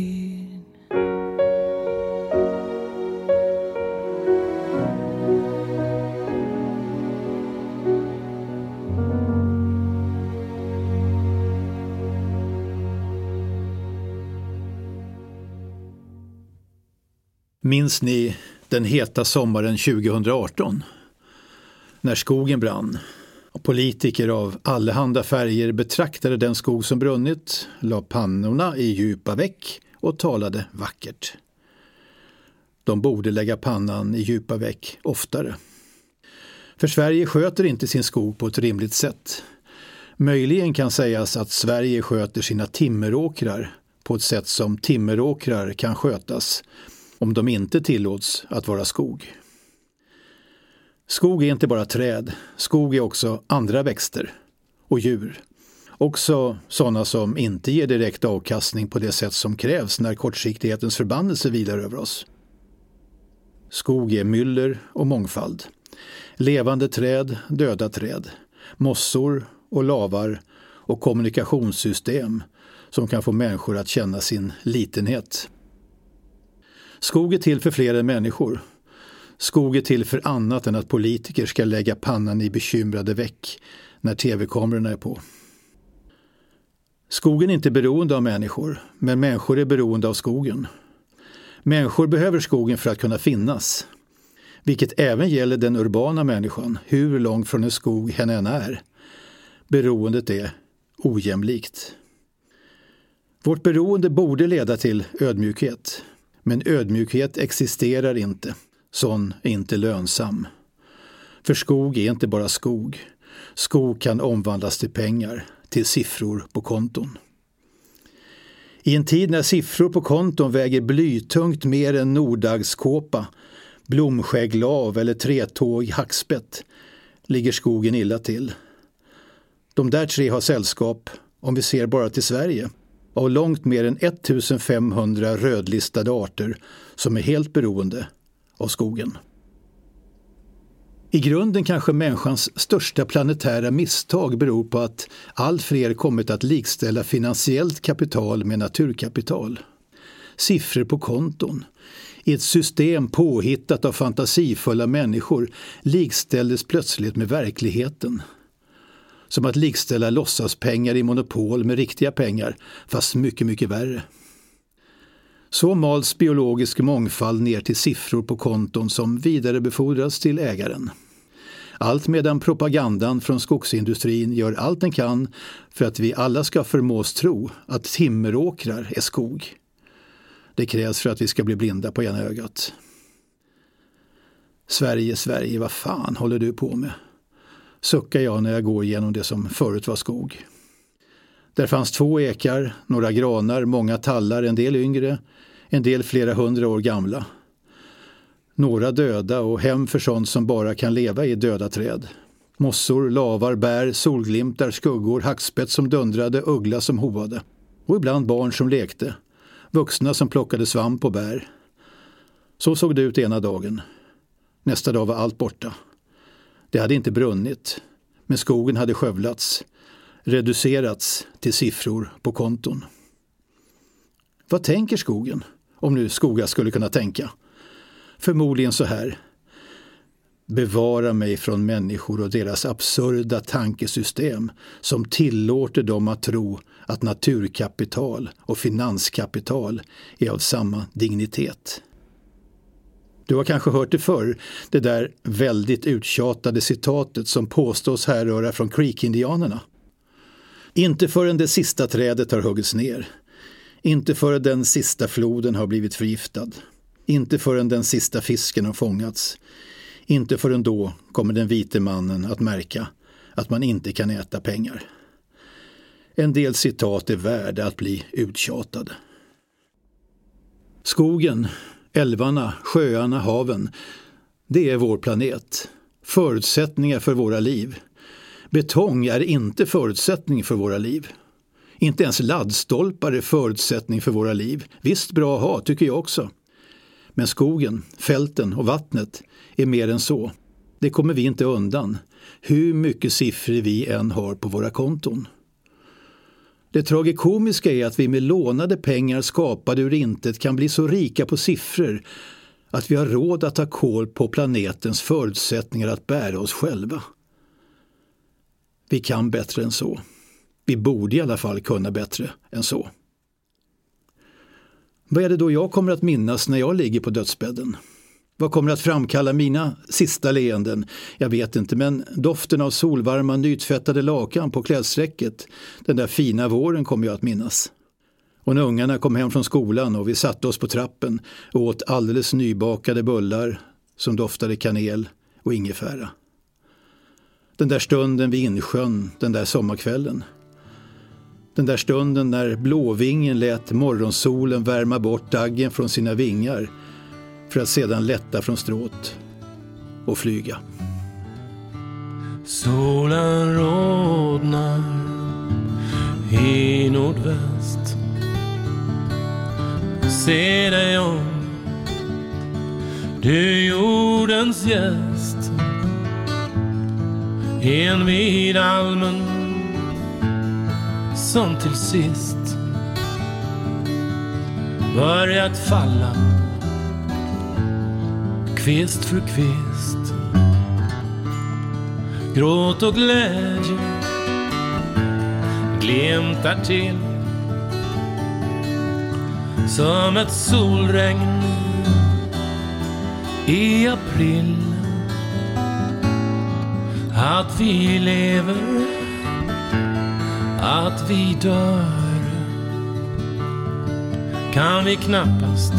Minns ni den heta sommaren tjugohundraarton? När skogen brann och politiker av allehanda färger betraktade den skog som brunnit, la pannorna i djupa veck och talade vackert. De borde lägga pannan i djupa veck oftare. För Sverige sköter inte sin skog på ett rimligt sätt. Möjligen kan sägas att Sverige sköter sina timmeråkrar på ett sätt som timmeråkrar kan skötas om de inte tillåts att vara skog. Skog är inte bara träd, skog är också andra växter och djur. Också sådana som inte ger direkt avkastning på det sätt som krävs när kortsiktighetens förbannelse vilar över oss. Skog är myller och mångfald. Levande träd, döda träd, mossor och lavar och kommunikationssystem som kan få människor att känna sin litenhet. Skog är till för fler än människor. Skog är till för annat än att politiker ska lägga pannan i bekymrade veck när tv-kamerorna är på. Skogen är inte beroende av människor, men människor är beroende av skogen. Människor behöver skogen för att kunna finnas, vilket även gäller den urbana människan, hur långt från en skog hen än är. Beroendet är ojämlikt. Vårt beroende borde leda till ödmjukhet, men ödmjukhet existerar inte. Sån är inte lönsam. För skog är inte bara skog. Skog kan omvandlas till pengar, till siffror på konton. I en tid när siffror på konton väger blytungt mer än nordaggskåpa, blomskägglav eller tretåg hackspett, ligger skogen illa till. De där tre har sällskap, om vi ser bara till Sverige, av långt mer än ettusenfemhundra rödlistade arter som är helt beroende av skogen. I grunden kanske människans största planetära misstag beror på att allt fler kommit att likställa finansiellt kapital med naturkapital. Siffror på konton, i ett system påhittat av fantasifulla människor, likställdes plötsligt med verkligheten. Som att likställa låtsaspengar i monopol med riktiga pengar, fast mycket, mycket värre. Så mals biologisk mångfald ner till siffror på konton som vidarebefordras till ägaren. Allt medan propagandan från skogsindustrin gör allt den kan för att vi alla ska förmås tro att timmeråkrar är skog. Det krävs för att vi ska bli blinda på ena ögat. Sverige, Sverige, vad fan håller du på med? Suckar jag när jag går igenom det som förut var skog. Där fanns två ekar, några granar, många tallar, en del yngre, en del flera hundra år gamla. Några döda och hem för sånt som bara kan leva i döda träd. Mossor, lavar, bär, solglimtar, skuggor, hackspett som dundrade, uggla som hoade. Och ibland barn som lekte, vuxna som plockade svamp och bär. Så såg det ut ena dagen. Nästa dag var allt borta. Det hade inte brunnit, men skogen hade skövlats, reducerats till siffror på konton. Vad tänker skogen, om nu skogar skulle kunna tänka? Förmodligen så här: bevara mig från människor och deras absurda tankesystem som tillåter dem att tro att naturkapital och finanskapital är av samma dignitet. Du har kanske hört det förr, det där väldigt uttjatade citatet som påstås härröra från Creek-indianerna. Inte förrän det sista trädet har huggits ner. Inte förrän den sista floden har blivit förgiftad. Inte förrän den sista fisken har fångats. Inte förrän då kommer den vite mannen att märka att man inte kan äta pengar. En del citat är värda att bli uttjatade. Skogen, älvarna, sjöarna, haven, det är vår planet. Förutsättningar för våra liv. Betong är inte förutsättning för våra liv. Inte ens laddstolpar är förutsättning för våra liv. Visst bra att ha, tycker jag också. Men skogen, fälten och vattnet är mer än så. Det kommer vi inte undan, hur mycket siffror vi än har på våra konton. Det tragikomiska är att vi med lånade pengar skapade ur intet kan bli så rika på siffror att vi har råd att ta koll på planetens förutsättningar att bära oss själva. Vi kan bättre än så. Vi borde i alla fall kunna bättre än så. Vad är det då jag kommer att minnas när jag ligger på dödsbädden? Vad kommer att framkalla mina sista leenden? Jag vet inte, men doften av solvarma nytvättade lakan på klädsträcket, den där fina våren kommer jag att minnas. Och när ungarna kom hem från skolan och vi satte oss på trappen och åt alldeles nybakade bullar som doftade kanel och ingefära. Den där stunden vid insjön, den där sommarkvällen. Den där stunden när blåvingen lät morgonsolen värma bort daggen från sina vingar för att sedan lätta från strået och flyga. Solen rodnar i nordväst. Se dig om, du jordens gäst. En vid almen som till sist börjat falla kvist för kvist. Gråt och glädje glimtar till som ett solregn i april. Att vi lever, att vi dör kan vi knappast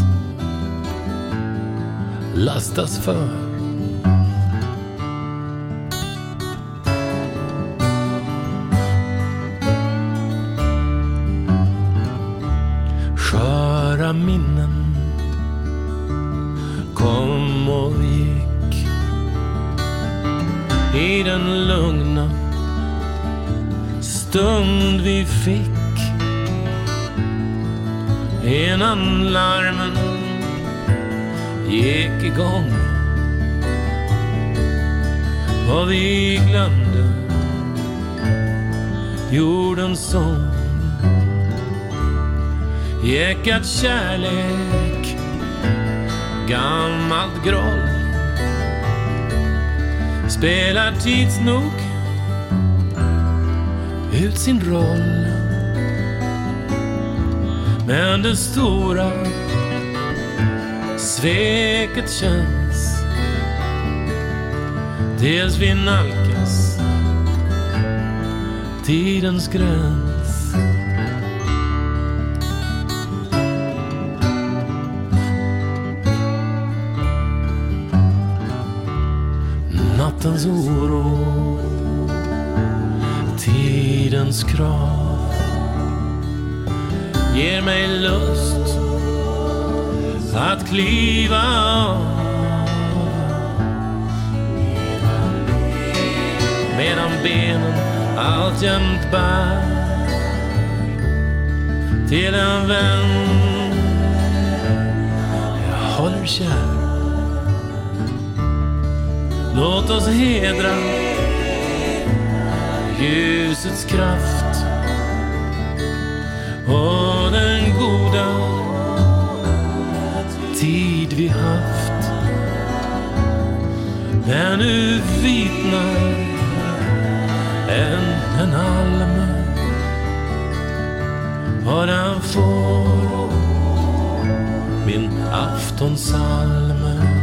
lastas för. Sköra minnen kom och gick i den lugna stund vi fick innan larmen gick igång och vi glömde jordens sång. Jäkad kärlek, gammalt groll spelar tids nog ut sin roll. Men det stora sveket känns dels vi nalkas tidens gräns. Nattens oro, tidens krav ger mig lust att kliva av. Medan benen alltjämt bär till en vän jag håller kär. Låt oss hedra ljusets kraft och den goda tid vi haft. När nu vitnar än en alm och den får min aftonsalm.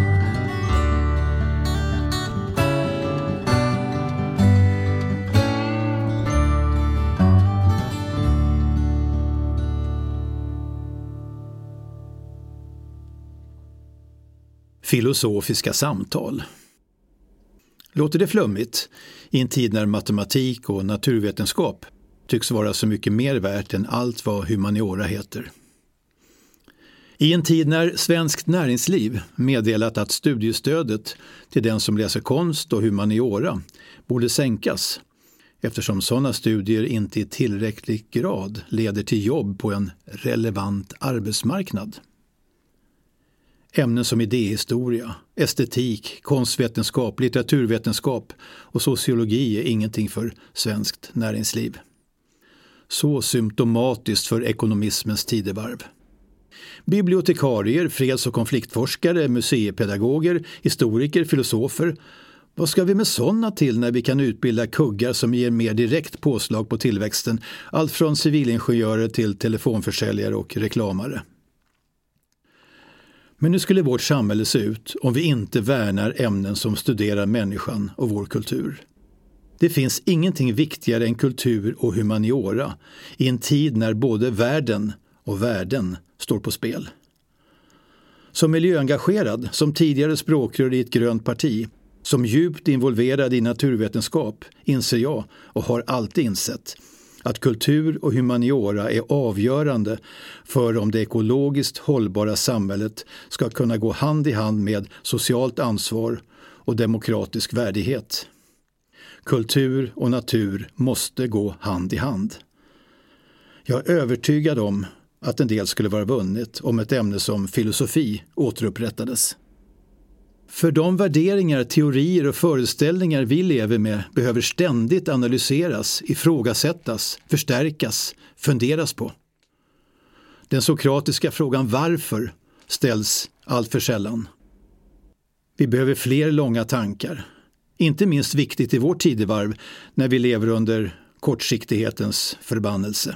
Filosofiska samtal. Låter det flummigt i en tid när matematik och naturvetenskap tycks vara så mycket mer värt än allt vad humaniora heter? I en tid när Svenskt Näringsliv meddelat att studiestödet till den som läser konst och humaniora borde sänkas eftersom sådana studier inte i tillräcklig grad leder till jobb på en relevant arbetsmarknad. Ämnen som idéhistoria, estetik, konstvetenskap, litteraturvetenskap och sociologi är ingenting för Svenskt Näringsliv. Så symptomatiskt för ekonomismens tidevarv. Bibliotekarier, freds- och konfliktforskare, museipedagoger, historiker, filosofer. Vad ska vi med sådana till när vi kan utbilda kuggar som ger mer direkt påslag på tillväxten, allt från civilingenjörer till telefonförsäljare och reklamare? Men hur skulle vårt samhälle se ut om vi inte värnar ämnen som studerar människan och vår kultur? Det finns ingenting viktigare än kultur och humaniora i en tid när både världen och värden står på spel. Som miljöengagerad, som tidigare språkrör i ett grönt parti, som djupt involverad i naturvetenskap inser jag och har alltid insett att kultur och humaniora är avgörande för om det ekologiskt hållbara samhället ska kunna gå hand i hand med socialt ansvar och demokratisk värdighet. Kultur och natur måste gå hand i hand. Jag är övertygad om att en del skulle vara vunnet om ett ämne som filosofi återupprättades. För de värderingar, teorier och föreställningar vi lever med behöver ständigt analyseras, ifrågasättas, förstärkas, funderas på. Den sokratiska frågan varför ställs allt för sällan. Vi behöver fler långa tankar. Inte minst viktigt i vårt tidevarv när vi lever under kortsiktighetens förbannelse.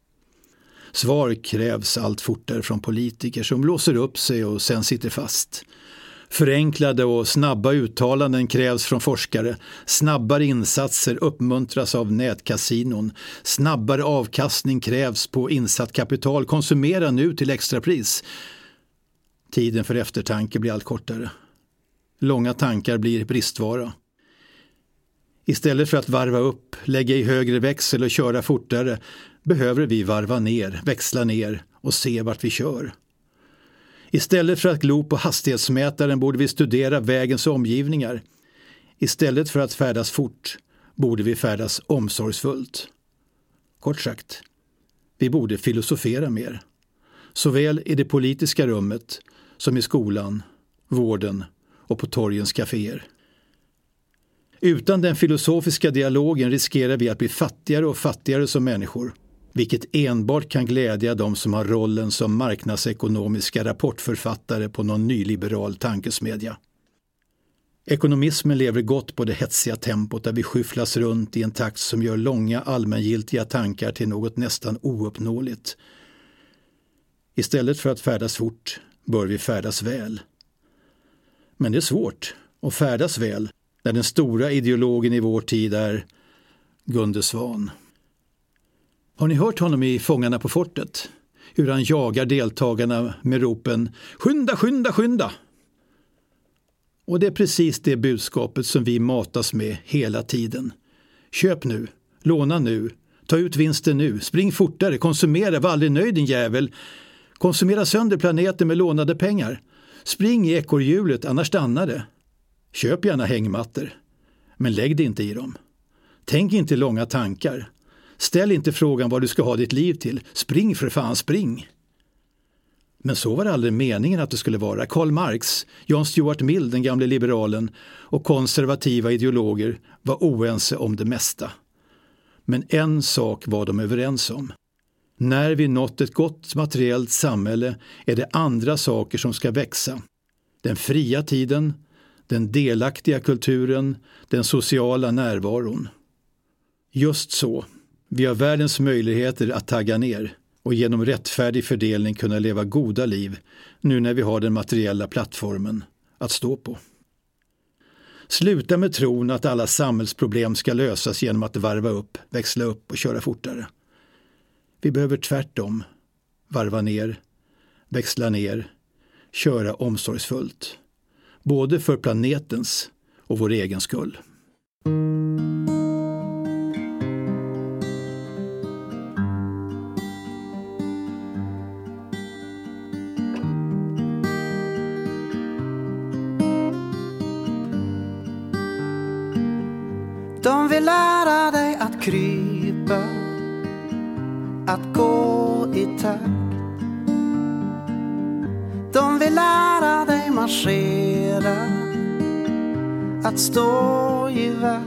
Svar krävs allt fortare från politiker som låser upp sig och sen sitter fast. Förenklade och snabba uttalanden krävs från forskare. Snabbare insatser uppmuntras av nätkasinon. Snabbare avkastning krävs på insatt kapital. Konsumera nu till extrapris. Tiden för eftertanke blir allt kortare. Långa tankar blir bristvara. Istället för att varva upp, lägga i högre växel och köra fortare behöver vi varva ner, växla ner och se vart vi kör. Istället för att glo på hastighetsmätaren borde vi studera vägens omgivningar. Istället för att färdas fort borde vi färdas omsorgsfullt. Kort sagt, vi borde filosofera mer. Såväl i det politiska rummet som i skolan, vården och på torgens kaféer. Utan den filosofiska dialogen riskerar vi att bli fattigare och fattigare som människor, vilket enbart kan glädja de som har rollen som marknadsekonomiska rapportförfattare på någon nyliberal tankesmedja. Ekonomismen lever gott på det hetsiga tempot där vi skyfflas runt i en takt som gör långa allmängiltiga tankar till något nästan ouppnåeligt. Istället för att färdas fort bör vi färdas väl. Men det är svårt att färdas väl när den stora ideologen i vår tid är Gunde Svan. Har ni hört honom i Fångarna på fortet? Hur han jagar deltagarna med ropen "Skynda, skynda, skynda!" Och det är precis det budskapet som vi matas med hela tiden. Köp nu, låna nu, ta ut vinsten nu, spring fortare, konsumera, var aldrig nöjd din jävel. Konsumera sönder planeten med lånade pengar. Spring i ekorrhjulet, annars stannar det. Köp gärna hängmattor, men lägg det inte i dem. Tänk inte långa tankar. Ställ inte frågan vad du ska ha ditt liv till. Spring för fan, spring. Men så var det aldrig meningen att det skulle vara. Karl Marx, John Stuart Mill, den gamle liberalen, och konservativa ideologer var oense om det mesta. Men en sak var de överens om. När vi nått ett gott materiellt samhälle är det andra saker som ska växa. Den fria tiden, den delaktiga kulturen, den sociala närvaron. Just så. Vi har världens möjligheter att tagga ner och genom rättfärdig fördelning kunna leva goda liv nu när vi har den materiella plattformen att stå på. Sluta med tron att alla samhällsproblem ska lösas genom att varva upp, växla upp och köra fortare. Vi behöver tvärtom varva ner, växla ner, köra omsorgsfullt. Både för planetens och vår egen skull. De vill lära dig att krypa, att gå i takt. De vill lära dig marschera, att stå i vakt.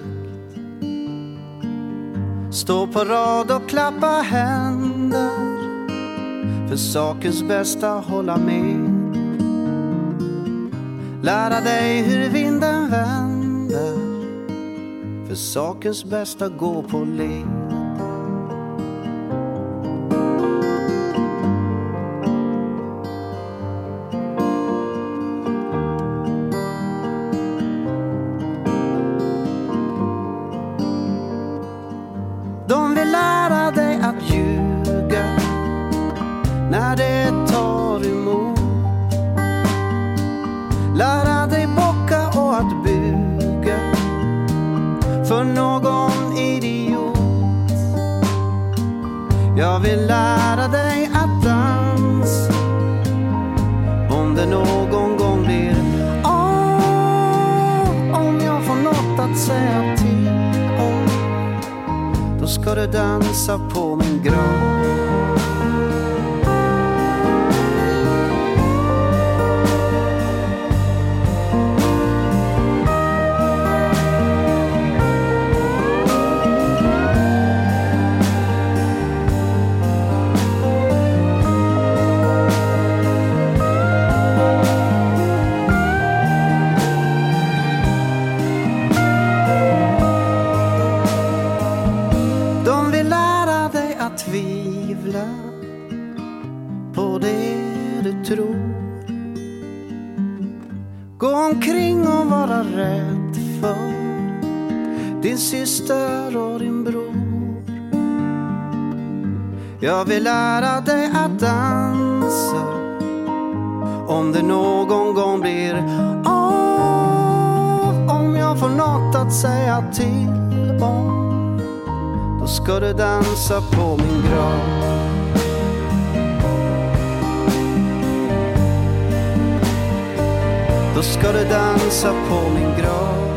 Stå på rad och klappa händer, för sakens bästa hålla med. Lära dig hur vinden vänder, för sakens bästa gå på led. De vill lära dig att ljuga när det tar emot. Lära dig bocka och att buga för någon idiot. Jag vill lära dig att dansa, om det någon gång blir åh, om jag får något att säga till om, då ska du dansa på min grav. tvivla på det du tror. Gå omkring och vara rädd för din syster och din bror. Jag vill lära dig att dansa om det någon gång blir av. Om jag får något att säga till om, då ska du dansa på min grav. Då ska du dansa på min grav.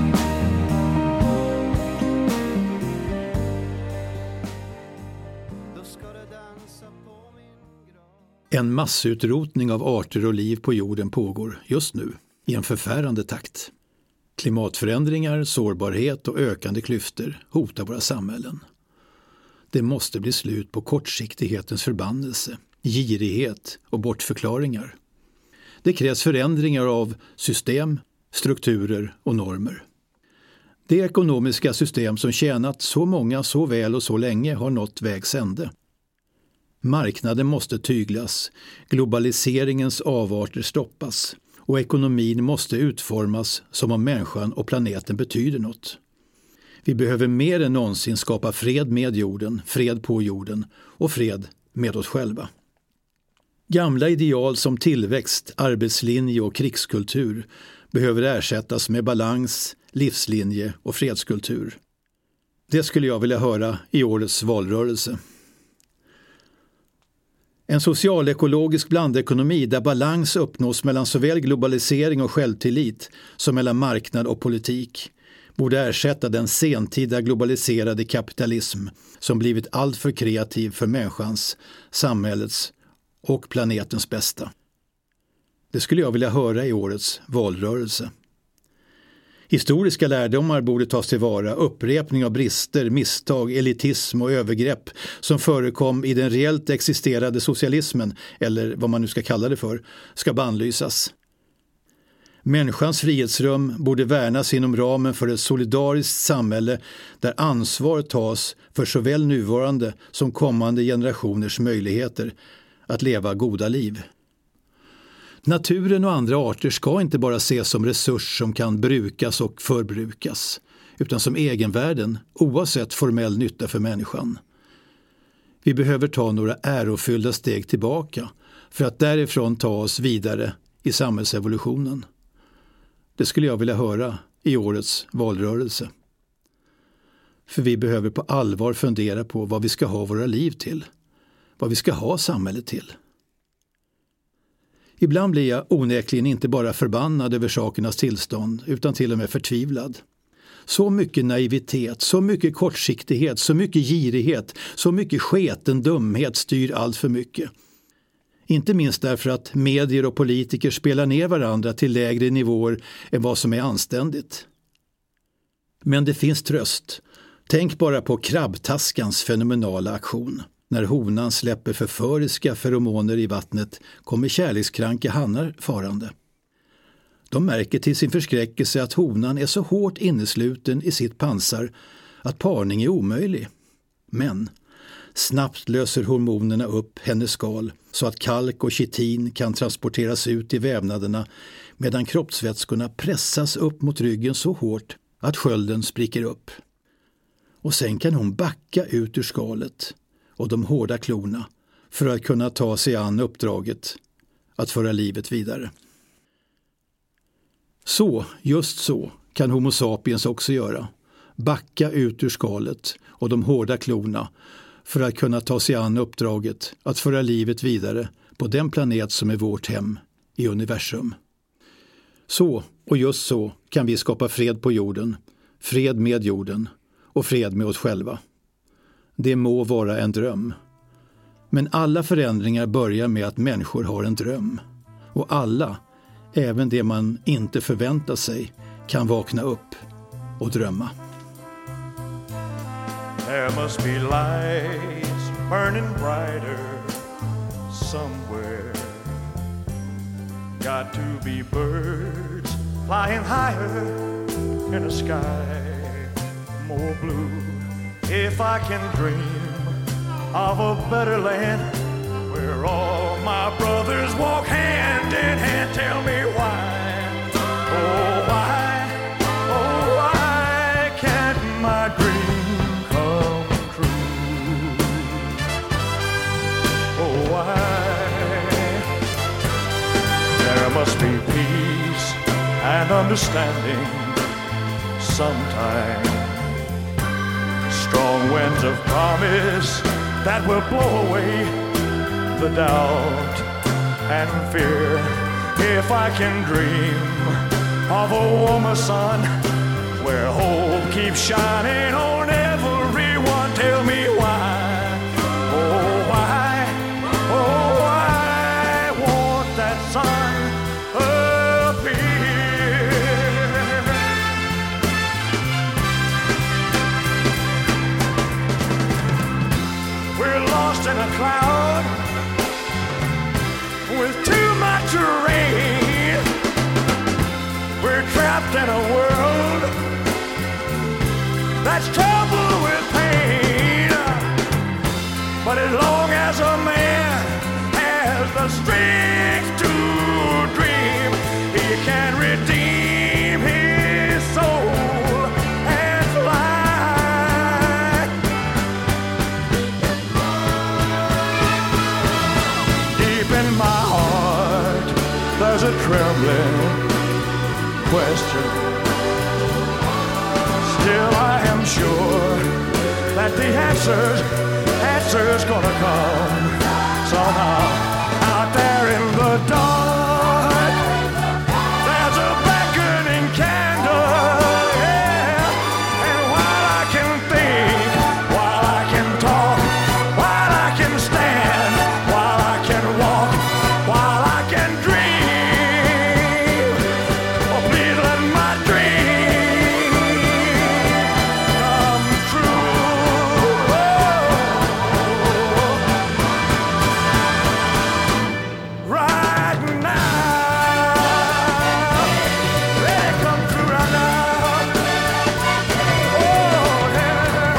Då ska du dansa på min grav. En massutrotning av arter och liv på jorden pågår just nu i en förfärande takt. Klimatförändringar, sårbarhet och ökande klyftor hotar våra samhällen. Det måste bli slut på kortsiktighetens förbannelse, girighet och bortförklaringar. Det krävs förändringar av system, strukturer och normer. Det ekonomiska system som tjänat så många så väl och så länge har nått vägs ände. Marknaden måste tyglas, globaliseringens avarter stoppas och ekonomin måste utformas som om människan och planeten betyder något. Vi behöver mer än någonsin skapa fred med jorden, fred på jorden och fred med oss själva. Gamla ideal som tillväxt, arbetslinje och krigskultur behöver ersättas med balans, livslinje och fredskultur. Det skulle jag vilja höra i årets valrörelse. En socialekologisk blandekonomi där balans uppnås mellan såväl globalisering och självtillit som mellan marknad och politik borde ersätta den sentida globaliserade kapitalism som blivit alltför kreativ för människans, samhällets och planetens bästa. Det skulle jag vilja höra i årets valrörelse. Historiska lärdomar borde tas tillvara, upprepning av brister, misstag, elitism och övergrepp som förekom i den reellt existerade socialismen, eller vad man nu ska kalla det för, ska bannlysas. Människans frihetsrum borde värnas inom ramen för ett solidariskt samhälle där ansvar tas för såväl nuvarande som kommande generationers möjligheter att leva goda liv. Naturen och andra arter ska inte bara ses som resurs som kan brukas och förbrukas, utan som egenvärden oavsett formell nytta för människan. Vi behöver ta några ärofyllda steg tillbaka för att därifrån ta oss vidare i samhällsevolutionen. Det skulle jag vilja höra i årets valrörelse. För vi behöver på allvar fundera på vad vi ska ha våra liv till, vad vi ska ha samhället till. Ibland blir jag onekligen inte bara förbannad över sakernas tillstånd utan till och med förtvivlad. Så mycket naivitet, så mycket kortsiktighet, så mycket girighet, så mycket sketen dumhet styr allt för mycket. Inte minst därför att medier och politiker spelar ner varandra till lägre nivåer än vad som är anständigt. Men det finns tröst. Tänk bara på krabbtaskans fenomenala aktion. När honan släpper förföriska feromoner i vattnet kommer kärlekskranka hannar farande. De märker till sin förskräckelse att honan är så hårt innesluten i sitt pansar att parning är omöjlig. Men snabbt löser hormonerna upp hennes skal så att kalk och kitin kan transporteras ut i vävnaderna medan kroppsvätskorna pressas upp mot ryggen så hårt att skölden spricker upp. Och sen kan hon backa ut ur skalet och de hårda klorna för att kunna ta sig an uppdraget att föra livet vidare. Så, just så, kan Homo sapiens också göra. Backa ut ur skalet och de hårda klorna för att kunna ta sig an uppdraget att föra livet vidare på den planet som är vårt hem i universum. Så, och just så, kan vi skapa fred på jorden, fred med jorden och fred med oss själva. Det må vara en dröm. Men alla förändringar börjar med att människor har en dröm. Och alla, även det man inte förväntar sig, kan vakna upp och drömma. There must be lights burning brighter somewhere. Got to be birds flying higher in a sky more blue. If I can dream of a better land where all my brothers walk hand in hand. Tell me why, oh why, oh why can't my dream come true? Oh why? There must be peace and understanding sometime. Strong winds of promise that will blow away the doubt and fear. If I can dream of a warmer sun where hope keeps shining on everyone, tell me why, oh why, oh why won't that sun appear? We're lost in a cloud with too much rain. We're trapped in a world that's troubled with pain. But as long as a man has the strength to dream, he can redeem his soul and fly. Deep in my heart, there's a trembling question. Still I am sure that the answers, answers gonna come somehow. Out there in the dark, there's a beckoning candle, yeah. And while I can think, while I can talk, while I can stand, while I can walk, while I can dream, oh please let my dream come true. Right now, let it come true right now. Oh yeah.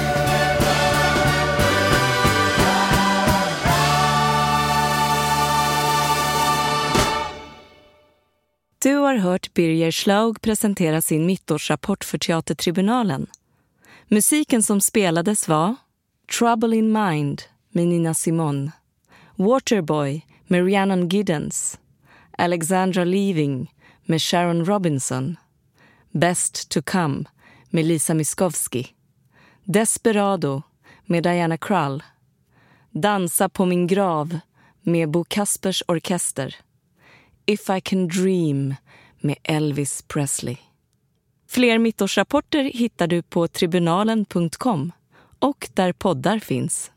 Du har hört Birger Schlaug presentera sin mittårsrapport för Teatertribunalen. Musiken som spelades var Trouble in Mind med Nina Simone, Waterboy med Rhiannon Giddens, Alexandra Leaving med Sharon Robinson, Best to Come med Lisa Miskovsky, Desperado med Diana Krall, Dansa på min grav med Bo Kaspers orkester, If I Can Dream med Elvis Presley. Fler mittårsrapporter hittar du på tribunalen punkt com och där poddar finns.